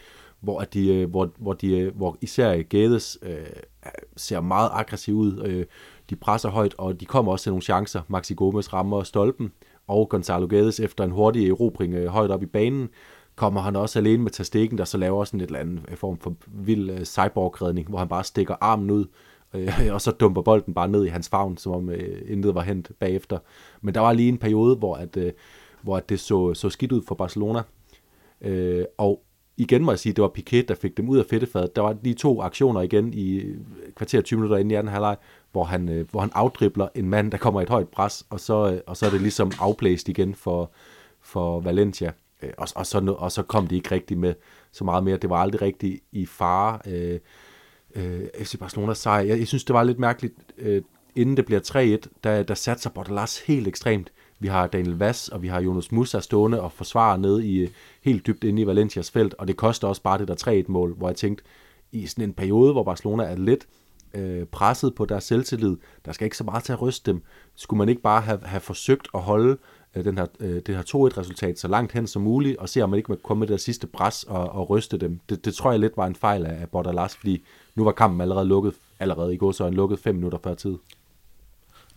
hvor især Guedes ser meget aggressiv ud. De presser højt, og de kommer også til nogle chancer. Maxi Gomez rammer stolpen, og Gonzalo Guedes efter en hurtig erobring højt op i banen, kommer han også alene med Ter Stegen, der så laver sådan et eller andet form for vild cyborg-redning, hvor han bare stikker armen ud, og så dumper bolden bare ned i hans favn, som om intet var hent bagefter. Men der var lige en periode, hvor det så skidt ud for Barcelona. Og igen må jeg sige, det var Piqué, der fik dem ud af fedtefadet. Der var de 2 aktioner igen i kvarter 20 minutter inden i anden halvleg, hvor han afdribler en mand, der kommer i et højt pres, og så er det ligesom afblæst igen for Valencia. Og så kom de ikke rigtig med så meget mere. Det var aldrig rigtig i fare. FC Barcelonas sejr. Jeg synes, det var lidt mærkeligt. Inden det bliver 3-1, der satser Bordalas helt ekstremt. Vi har Daniel Vaz, og vi har Jonas Musa stående og forsvarer ned i helt dybt inde i Valencias felt, og det koster også bare det der 3-1-mål, hvor jeg tænkte, i sådan en periode, hvor Barcelona er lidt presset på deres selvtillid, der skal ikke så meget til at ryste dem, skulle man ikke bare have forsøgt at holde det her 2-1-resultat så langt hen som muligt, og se om man ikke må komme med det sidste pres og ryste dem. Det tror jeg lidt var en fejl af Bordalas, fordi nu var kampen allerede i gåseøjne lukket 5 minutter før tid.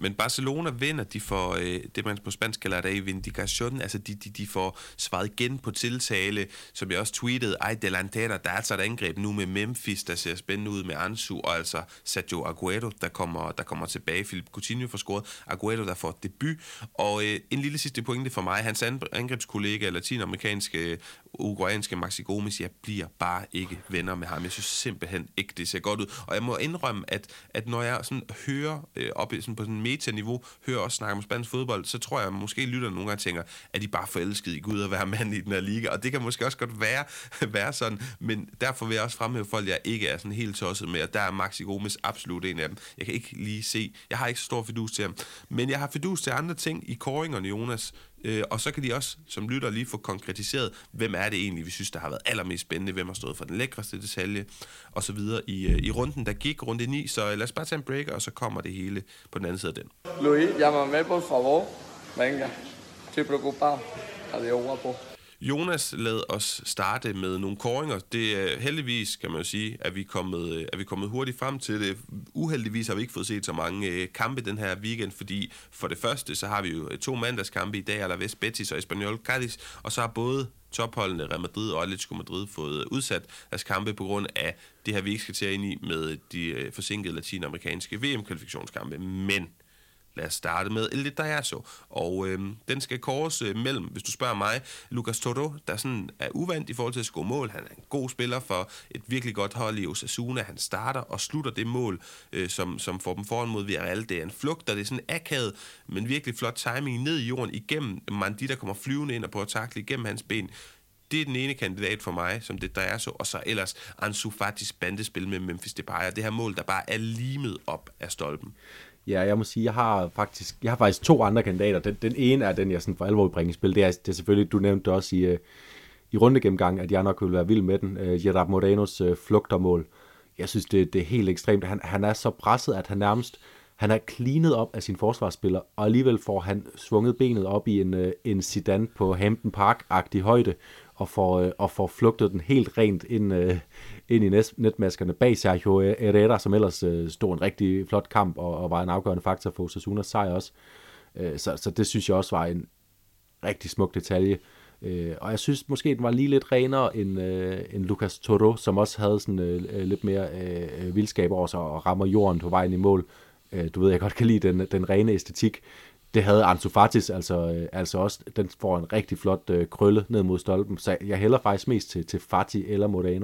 Men Barcelona vinder, de får det, man på spansk kalder det vindication, altså de får svaret igen på tiltale, som jeg også tweetede, delantera, der er altså et angreb nu med Memphis, der ser spændende ud med Ansu, og altså Sergio Aguero, der kommer tilbage. Philip Coutinho får scoret, Aguero, der får debut, og en lille sidste pointe for mig, hans angrebskollega, latinamerikanske, uruguayanske Maxi Gomes, jeg bliver bare ikke venner med ham. Jeg synes simpelthen ikke, det ser godt ud. Og jeg må indrømme, at når jeg sådan hører op sådan på sådan en metaniveau, hører også snakke om spansk fodbold, så tror jeg måske lytter nogle gange og tænker, at de bare forelskede i Gud at være mand i den her liga. Og det kan måske også godt være sådan, men derfor vil jeg også fremhæve folk, jeg ikke er sådan helt tosset med, og der er Maxi Gomes absolut en af dem. Jeg kan ikke lige se, jeg har ikke så stor fidus til ham, men jeg har fidus til andre ting i kåringerne, Jonas. Og så kan de også, som lytter, lige få konkretiseret, hvem er det egentlig, vi synes, der har været allermest spændende, hvem har stået for den lækreste detalje, og så videre i runden, der gik runde 9. Så lad os bare tage en breaker, og så kommer det hele på den anden side af den. Luis, llámame por favor. Venga, estoy preocupado. Adiós, guapo. Jonas, lad os starte med nogle kåringer. Det er heldigvis, kan man jo sige, at vi er kommet hurtigt frem til det. Uheldigvis har vi ikke fået set så mange kampe den her weekend, fordi for det første, så har vi jo 2 mandagskampe i dag, Alaves Betis og Espanyol Cádiz, og så har både topholdene Real Madrid og Atletico Madrid fået udsat deres kampe på grund af det her, vi ikke skal tage ind i med de forsinkede latinamerikanske VM-kvalifikationskampe. Men lad os starte med El Detallazo, og den skal kåres mellem, hvis du spørger mig, Lucas Toro, der sådan er uvant i forhold til at score mål. Han er en god spiller for et virkelig godt hold i Osasuna. Han starter og slutter det mål, som får dem foran mod Villarreal. Det er en flugt, og det er sådan akavet, men virkelig flot timing ned i jorden igennem Mandi, der kommer flyvende ind og prøver at takle igennem hans ben. Det er den ene kandidat for mig, som det der er så, og så ellers Ansu Fatis bandespil med Memphis Depay. Det her mål, der bare er limet op af stolpen. Ja, jeg må sige, jeg har faktisk 2 andre kandidater. Den ene er den, jeg sådan for alvor vil bringe i spil. Det er selvfølgelig, du nævnte det også i rundegennemgang, at jeg nok vil være vild med den. Gerard Morenos flugtermål. Jeg synes, det er helt ekstremt. Han er så presset, at han er cleanet op af sin forsvarsspiller, og alligevel får han svunget benet op i en Zidane på Hampden Park-agtig højde, og får flugtet den helt rent ind i netmaskerne bag Sergio Herrera, som ellers stod en rigtig flot kamp og var en afgørende faktor for Osasunas sejr også. Så det synes jeg også var en rigtig smuk detalje. Og jeg synes måske, den var lige lidt renere end Lucas Toro, som også havde sådan lidt mere vildskab over sig og rammer jorden på vejen i mål. Du ved, jeg godt kan lide den rene æstetik. Det havde Ansu Fatis altså også. Den får en rigtig flot krølle ned mod stolpen. Så jeg hælder faktisk mest til Fati eller Moreno.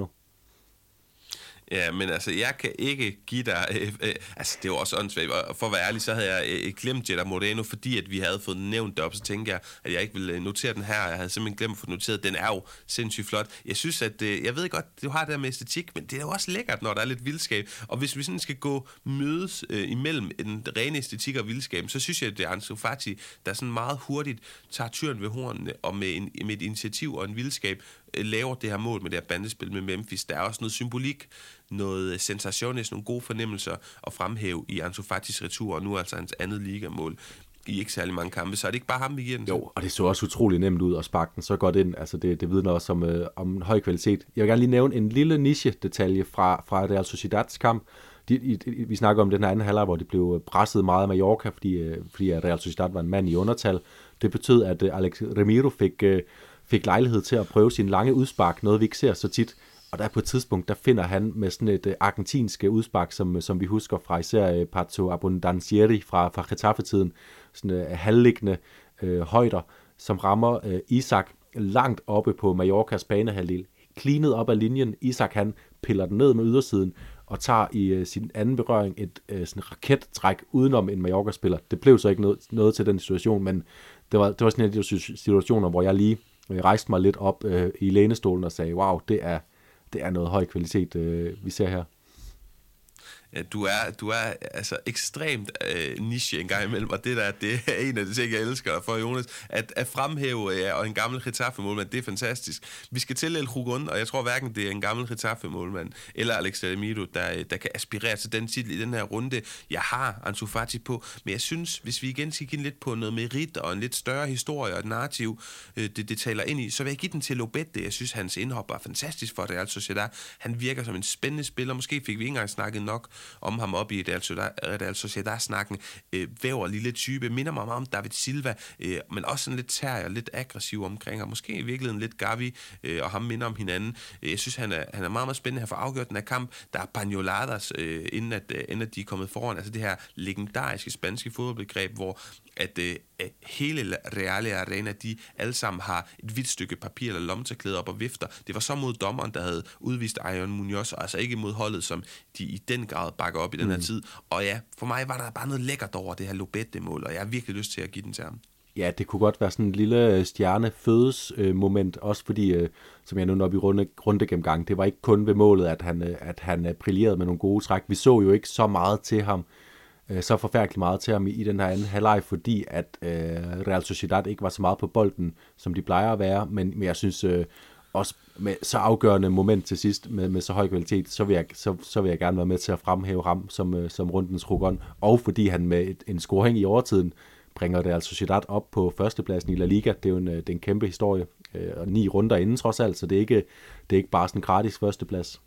Ja, men altså, jeg kan ikke give dig... altså, det var også åndssvagt. Og for at være ærlig, så havde jeg glemt Gerard Moreno, fordi at vi havde fået nævnt det op, så tænkte jeg, at jeg ikke ville notere den her. Jeg havde simpelthen glemt at få noteret. Den er jo sindssygt flot. Jeg synes, at... jeg ved godt, du har det der med æstetik, men det er jo også lækkert, når der er lidt vildskab. Og hvis vi sådan skal mødes imellem en rene æstetik og vildskab, så synes jeg, at det er Ansu Fati, der sådan meget hurtigt tager tyren ved hornene, og med et initiativ og en vildskab laver det her mål med det her bandespil med Memphis. Der er også noget symbolik, noget sensationist, nogle gode fornemmelser at fremhæve i Ansu Fatis retur, og nu altså hans andet ligamål i ikke særlig mange kampe. Så er det ikke bare ham, vi giver den til? Jo, og det så også utrolig nemt ud at sparke den så godt ind. Altså det vidner også om en høj kvalitet. Jeg vil gerne lige nævne en lille niche-detalje fra Real Sociedads kamp. Vi snakker om den her anden halvleg, hvor de blev presset meget af Mallorca, fordi Real Sociedad var en mand i undertal. Det betød, at Alex Ramiro fik lejlighed til at prøve sin lange udspark, noget vi ikke ser så tit. Og der på et tidspunkt, der finder han med sådan et argentinsk udspark, som vi husker fra især Pato Abundancieri fra Getafe-tiden, sådan halvliggende højder, som rammer Isak langt oppe på Mallorcas banehalvdel, cleanet op af linjen. Isak, han piller den ned med ydersiden og tager i sin anden berøring et sådan rakettræk udenom en Mallorca-spiller. Det blev så ikke noget til den situation, men det var sådan en af de situationer, hvor jeg lige rejste mig lidt op i lænestolen og sagde, wow, det er noget høj kvalitet, vi ser her. Ja, du er altså ekstremt niche en gang imellem, og det er en af de ting, jeg elsker for Jonas, at fremhæve og en gammel Getafe-målmand, det er fantastisk. Vi skal til El Hugon, og jeg tror hverken det er en gammel Getafe-målmand eller Alex Ramiro, der kan aspirere til den titel i den her runde. Jeg har Ansu Fati på, men jeg synes, hvis vi igen skal give lidt på noget merit og en lidt større historie og et narrativ, det taler ind i, så vil jeg give den til Lobete. Jeg synes, hans indhop var fantastisk for Real Sociedad. Han virker som en spændende spiller. Måske fik vi ikke engang snakket nok om ham op i Real Sociedad-snakken. Væver lille type, minder mig meget om David Silva, men også sådan lidt terrier, lidt aggressiv omkring, og måske i virkeligheden lidt Gavi, og ham minder om hinanden. Jeg synes, han er meget, meget spændende her for afgjort den her kamp. Der er pañoladas, inden at de er kommet foran. Altså det her legendariske spanske fodboldbegreb, hvor at hele Real Arena, de alle sammen har et hvidt stykke papir eller lommetørklæde op og vifter. Det var så mod dommeren, der havde udvist Iron Muñoz, og altså ikke mod holdet, som de i den grad bakker op i den her tid. Og ja, for mig var der bare noget lækkert over det her Lobete-mål, og jeg har virkelig lyst til at give den til ham. Ja, det kunne godt være sådan en lille stjernefødes-moment, også fordi, som jeg nævnte op i rundegennemgang, det var ikke kun ved målet, at han brillerede med nogle gode træk. Vi så jo ikke så meget til ham, så forfærdeligt meget til ham i den her anden halvleg, fordi at Real Sociedad ikke var så meget på bolden, som de plejer at være, men jeg synes også med så afgørende moment til sidst, med så høj kvalitet, så vil jeg gerne være med til at fremhæve ham som rundens rugon, og fordi han med en scoring i overtiden bringer Real Sociedad op på førstepladsen i La Liga. Det er jo en kæmpe historie, og 9 runder inden trods alt, så det er ikke bare sådan en gratis førsteplads.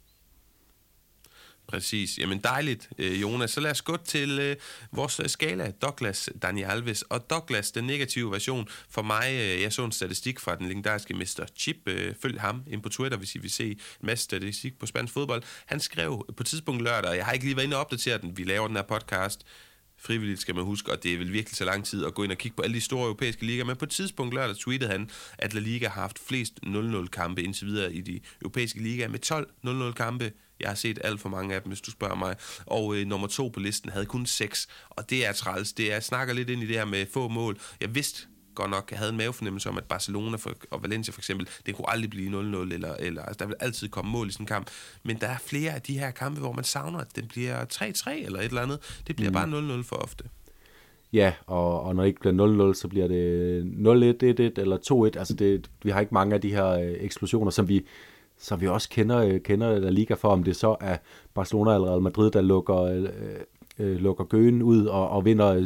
Præcis. Jamen dejligt, Jonas. Så lad os gå til vores skala, Douglas, Dani Alves. Og Douglas, den negative version, for mig, jeg så en statistik fra den legendariske Mr. Chip, følg ham ind på Twitter, hvis I vil se en masse statistik på spansk fodbold. Han skrev på tidspunkt lørdag, jeg har ikke lige været inde og opdatere den, vi laver den her podcast, frivilligt skal man huske, og det er vel virkelig så lang tid at gå ind og kigge på alle de store europæiske ligaer, men på et tidspunkt lørdag tweetede han, at La Liga har haft flest 0-0-kampe indtil videre i de europæiske ligaer med 12 0-0-kampe. Jeg har set alt for mange af dem, hvis du spørger mig. Og nummer 2 på listen havde kun 6, og det er træls. Jeg snakker lidt ind i det her med få mål. Jeg vidste godt nok, jeg havde en mavefornemmelse om, at Barcelona og Valencia for eksempel, det kunne aldrig blive 0-0, eller altså, der vil altid komme mål i sådan en kamp. Men der er flere af de her kampe, hvor man savner, at den bliver 3-3 eller et eller andet. Det bliver bare 0-0 for ofte. Ja, og når det ikke bliver 0-0, så bliver det 0-1, 1-1 eller 2-1. Altså vi har ikke mange af de her eksplosioner, som vi også kender La Liga for, om det så er Barcelona eller Real Madrid, der lukker Gøen ud og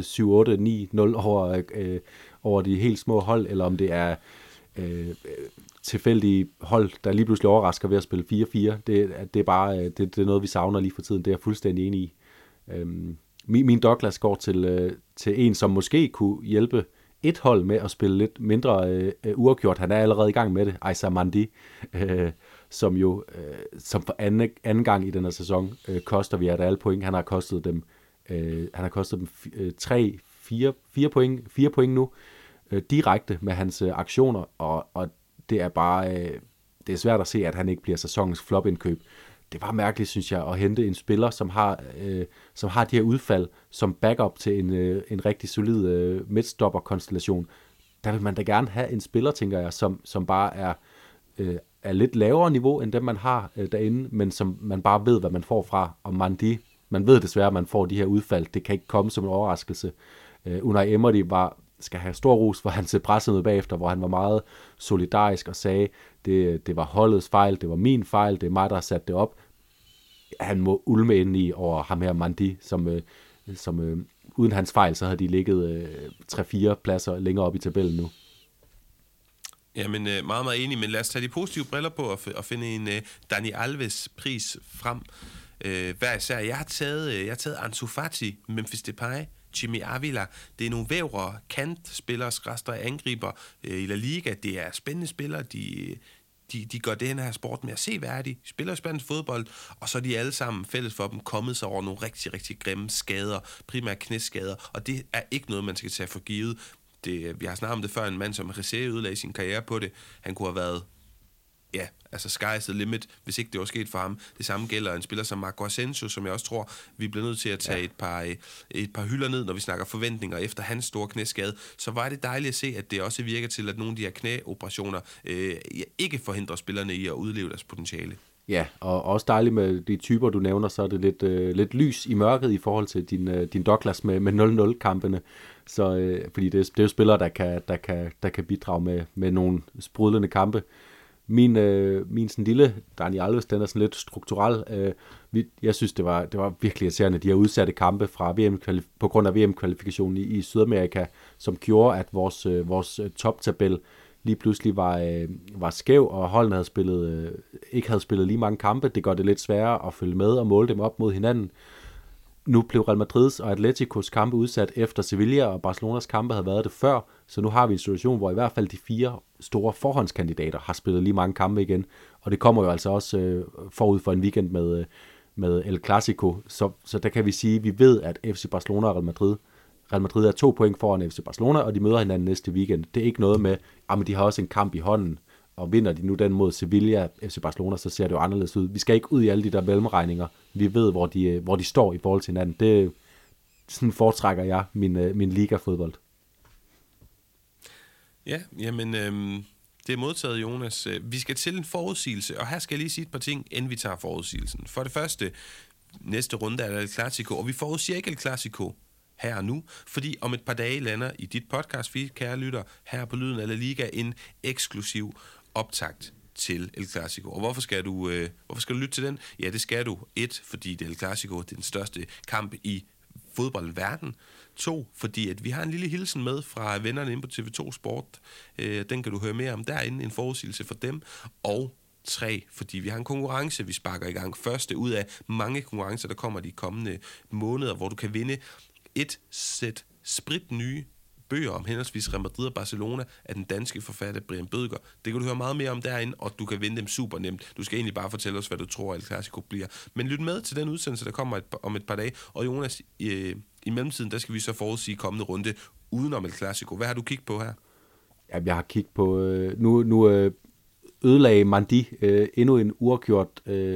vinder 7-8-9-0 over de helt små hold, eller om det er tilfældige hold, der lige pludselig overrasker ved at spille 4-4. Det er bare det er noget, vi savner lige for tiden. Det er jeg fuldstændig enig i. Min Douglas går til en, som måske kunne hjælpe et hold med at spille lidt mindre uafgjort. Han er allerede i gang med det, Aissa Mandi, som jo som for anden gang i den her sæson koster Villarreal point. Han har kostet dem 4 point nu, direkte med hans aktioner, og det er bare det er svært at se, at han ikke bliver sæsonens flop-indkøb. Det var mærkeligt, synes jeg, at hente en spiller, som har de her udfald som backup til en rigtig solid midtstopper-konstellation. Der vil man da gerne have en spiller, tænker jeg, som bare er lidt lavere niveau, end dem man har derinde, men som man bare ved, hvad man får fra. Og Mandi, man ved desværre, at man får de her udfald. Det kan ikke komme som en overraskelse. Unai Emery skal have stor ros for hans pressemøde bagefter, hvor han var meget solidarisk og sagde, det var holdets fejl, det var min fejl, det er mig, der har sat det op. Han må ulme ind i over ham her Mandi, som uden hans fejl, så havde de ligget 3-4 pladser længere op i tabellen nu. Jamen, meget, meget enig, men lad os tage de positive briller på og finde en Dani Alves pris frem. Hver især. Jeg har taget Ansu Fati, Memphis Depay, Jimmy Avila. Det er nogle vævre kantspillere, skræstre angriber i La Liga. Det er spændende spillere, de gør den her sport mere seværdig, spiller spansk fodbold, og så er de alle sammen fælles for dem kommet sig over nogle rigtig, rigtig grimme skader, primært knæskader, og det er ikke noget, man skal tage for givet. Vi har snakket om det før, en mand som Ressé ødelagde sin karriere på det. Han kunne have været, ja, altså sky's the limit, hvis ikke det var sket for ham. Det samme gælder en spiller som Marco Asensio, som jeg også tror, vi bliver nødt til at tage et par hylder ned, når vi snakker forventninger efter hans store knæskade. Så var det dejligt at se, at det også virker til, at nogle af de her knæoperationer ikke forhindrer spillerne i at udleve deres potentiale. Ja, og også dejligt med de typer, du nævner, så er det lidt lys i mørket i forhold til din Douglas med 0-0-kampene. Så, fordi det er jo spillere, der kan bidrage med nogle sprudlende kampe. Min sådan lille Dani Alves, den er sådan lidt strukturel. Jeg synes, det var virkelig irriterende, de her udsatte kampe fra på grund af VM-kvalifikationen i Sydamerika, som gjorde, at vores toptabel lige pludselig var skæv, og holdene ikke havde spillet lige mange kampe. Det gør det lidt sværere at følge med og måle dem op mod hinanden. nu blev Real Madrids og Atleticos kampe udsat efter Sevilla, og Barcelonas kampe havde været det før, så nu har vi en situation, hvor i hvert fald de 4 store forhåndskandidater har spillet lige mange kampe igen, og det kommer jo altså også forud for en weekend med El Clasico, så der kan vi sige, at vi ved, at FC Barcelona og Real Madrid er 2 point foran FC Barcelona, og de møder hinanden næste weekend. Det er ikke noget med, men de har også en kamp i hånden, og vinder de nu den mod Sevilla, FC Barcelona, så ser det jo anderledes ud. Vi skal ikke ud i alle de der mellemregninger. Vi ved, hvor de står i forhold til hinanden. Det sådan foretrækker jeg min liga-fodbold. Ja, jamen, det er modtaget, Jonas. Vi skal til en forudsigelse, og her skal jeg lige sige et par ting, inden vi tager forudsigelsen. For det første, næste runde er der El Clasico, og vi forudsiger ikke El Clasico her og nu, fordi om et par dage lander i dit podcast feed, kære lytter, her på Lyden af La Liga, en eksklusiv optakt til El Clasico. Og hvorfor skal du lytte til den? Ja, det skal du. 1, fordi det El Clasico, det er den største kamp i fodboldverden. 2, fordi at vi har en lille hilsen med fra vennerne inde på TV2 Sport. Den kan du høre mere om derinde, en forudsigelse for dem. Og 3, fordi vi har en konkurrence, vi sparker i gang. Første ud af mange konkurrencer, der kommer de kommende måneder, hvor du kan vinde et sæt spritnye bøger om henholdsvis Real Madrid og Barcelona af den danske forfatter Brian Bødker. Det kan du høre meget mere om derinde, og du kan vinde dem super nemt. Du skal egentlig bare fortælle os, hvad du tror, El Clasico bliver. Men lyt med til den udsendelse, der kommer om et par dage. Og Jonas, i mellemtiden, der skal vi så forudsige kommende runde udenom El Clasico. Hvad har du kigget på her? Ja, jeg har kigget på... Nu ødelagde Mandi endnu en uafgjort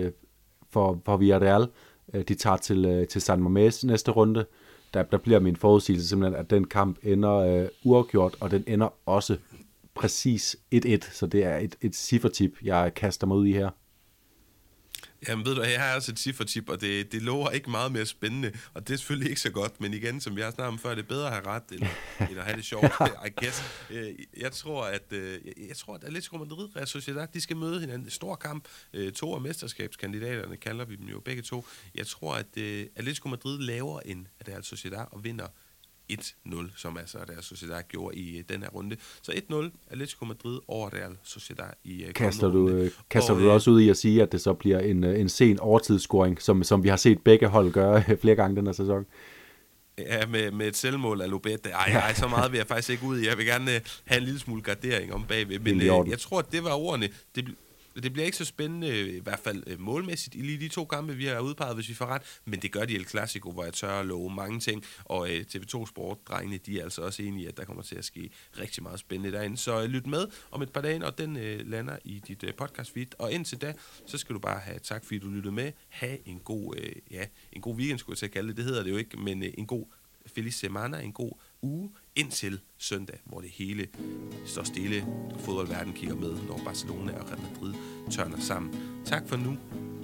for Villarreal. De tager til San Mamés næste runde. Der bliver min forudsigelse simpelthen, at den kamp ender uafgjort, og den ender også præcis 1-1, så det er et ciffertip, jeg kaster mig ud i her. Jamen ved du, jeg har også et ciffertip, og det lover ikke meget mere spændende, og det er selvfølgelig ikke så godt, men igen, som vi har snakket om før, det er bedre at have ret, end at have det sjovt, I guess. Jeg tror, at Atletico Madrid, Real Sociedad, de skal møde hinanden. En stor kamp. 2 af mesterskabskandidaterne kalder vi dem jo begge to. Jeg tror, at Atletico Madrid laver en Real Sociedad og vinder 1-0, som altså Real Sociedad gjorde i den her runde. Så 1-0, Atletico Madrid over Real Sociedad i Kaster du også ud i at sige, at det så bliver en sen overtidsscoring, som vi har set begge hold gøre flere gange den her sæson? Ja, med et selvmål af Lobete. Ej, så meget vil jeg faktisk ikke ud i. Jeg vil gerne have en lille smule gardering om bagved, men jeg tror, at det var ordene. Det bliver ikke så spændende, i hvert fald målmæssigt, i lige de 2 kampe, vi har udpeget, hvis vi får ret, men det gør de El Clasico, hvor jeg tør at love mange ting, og TV2 Sport-drengene, de er altså også enige i, at der kommer til at ske rigtig meget spændende derinde. Så lyt med om et par dage, og den lander i dit podcast feed, og indtil da, så skal du bare have tak, fordi du lyttede med. Ha' en god weekend, skulle jeg til at kalde det. Det hedder det jo ikke, men en god feliz semana, en god uge, indtil søndag, hvor det hele står stille. Fodboldverden kigger med, når Barcelona og Real Madrid tørner sammen. Tak for nu.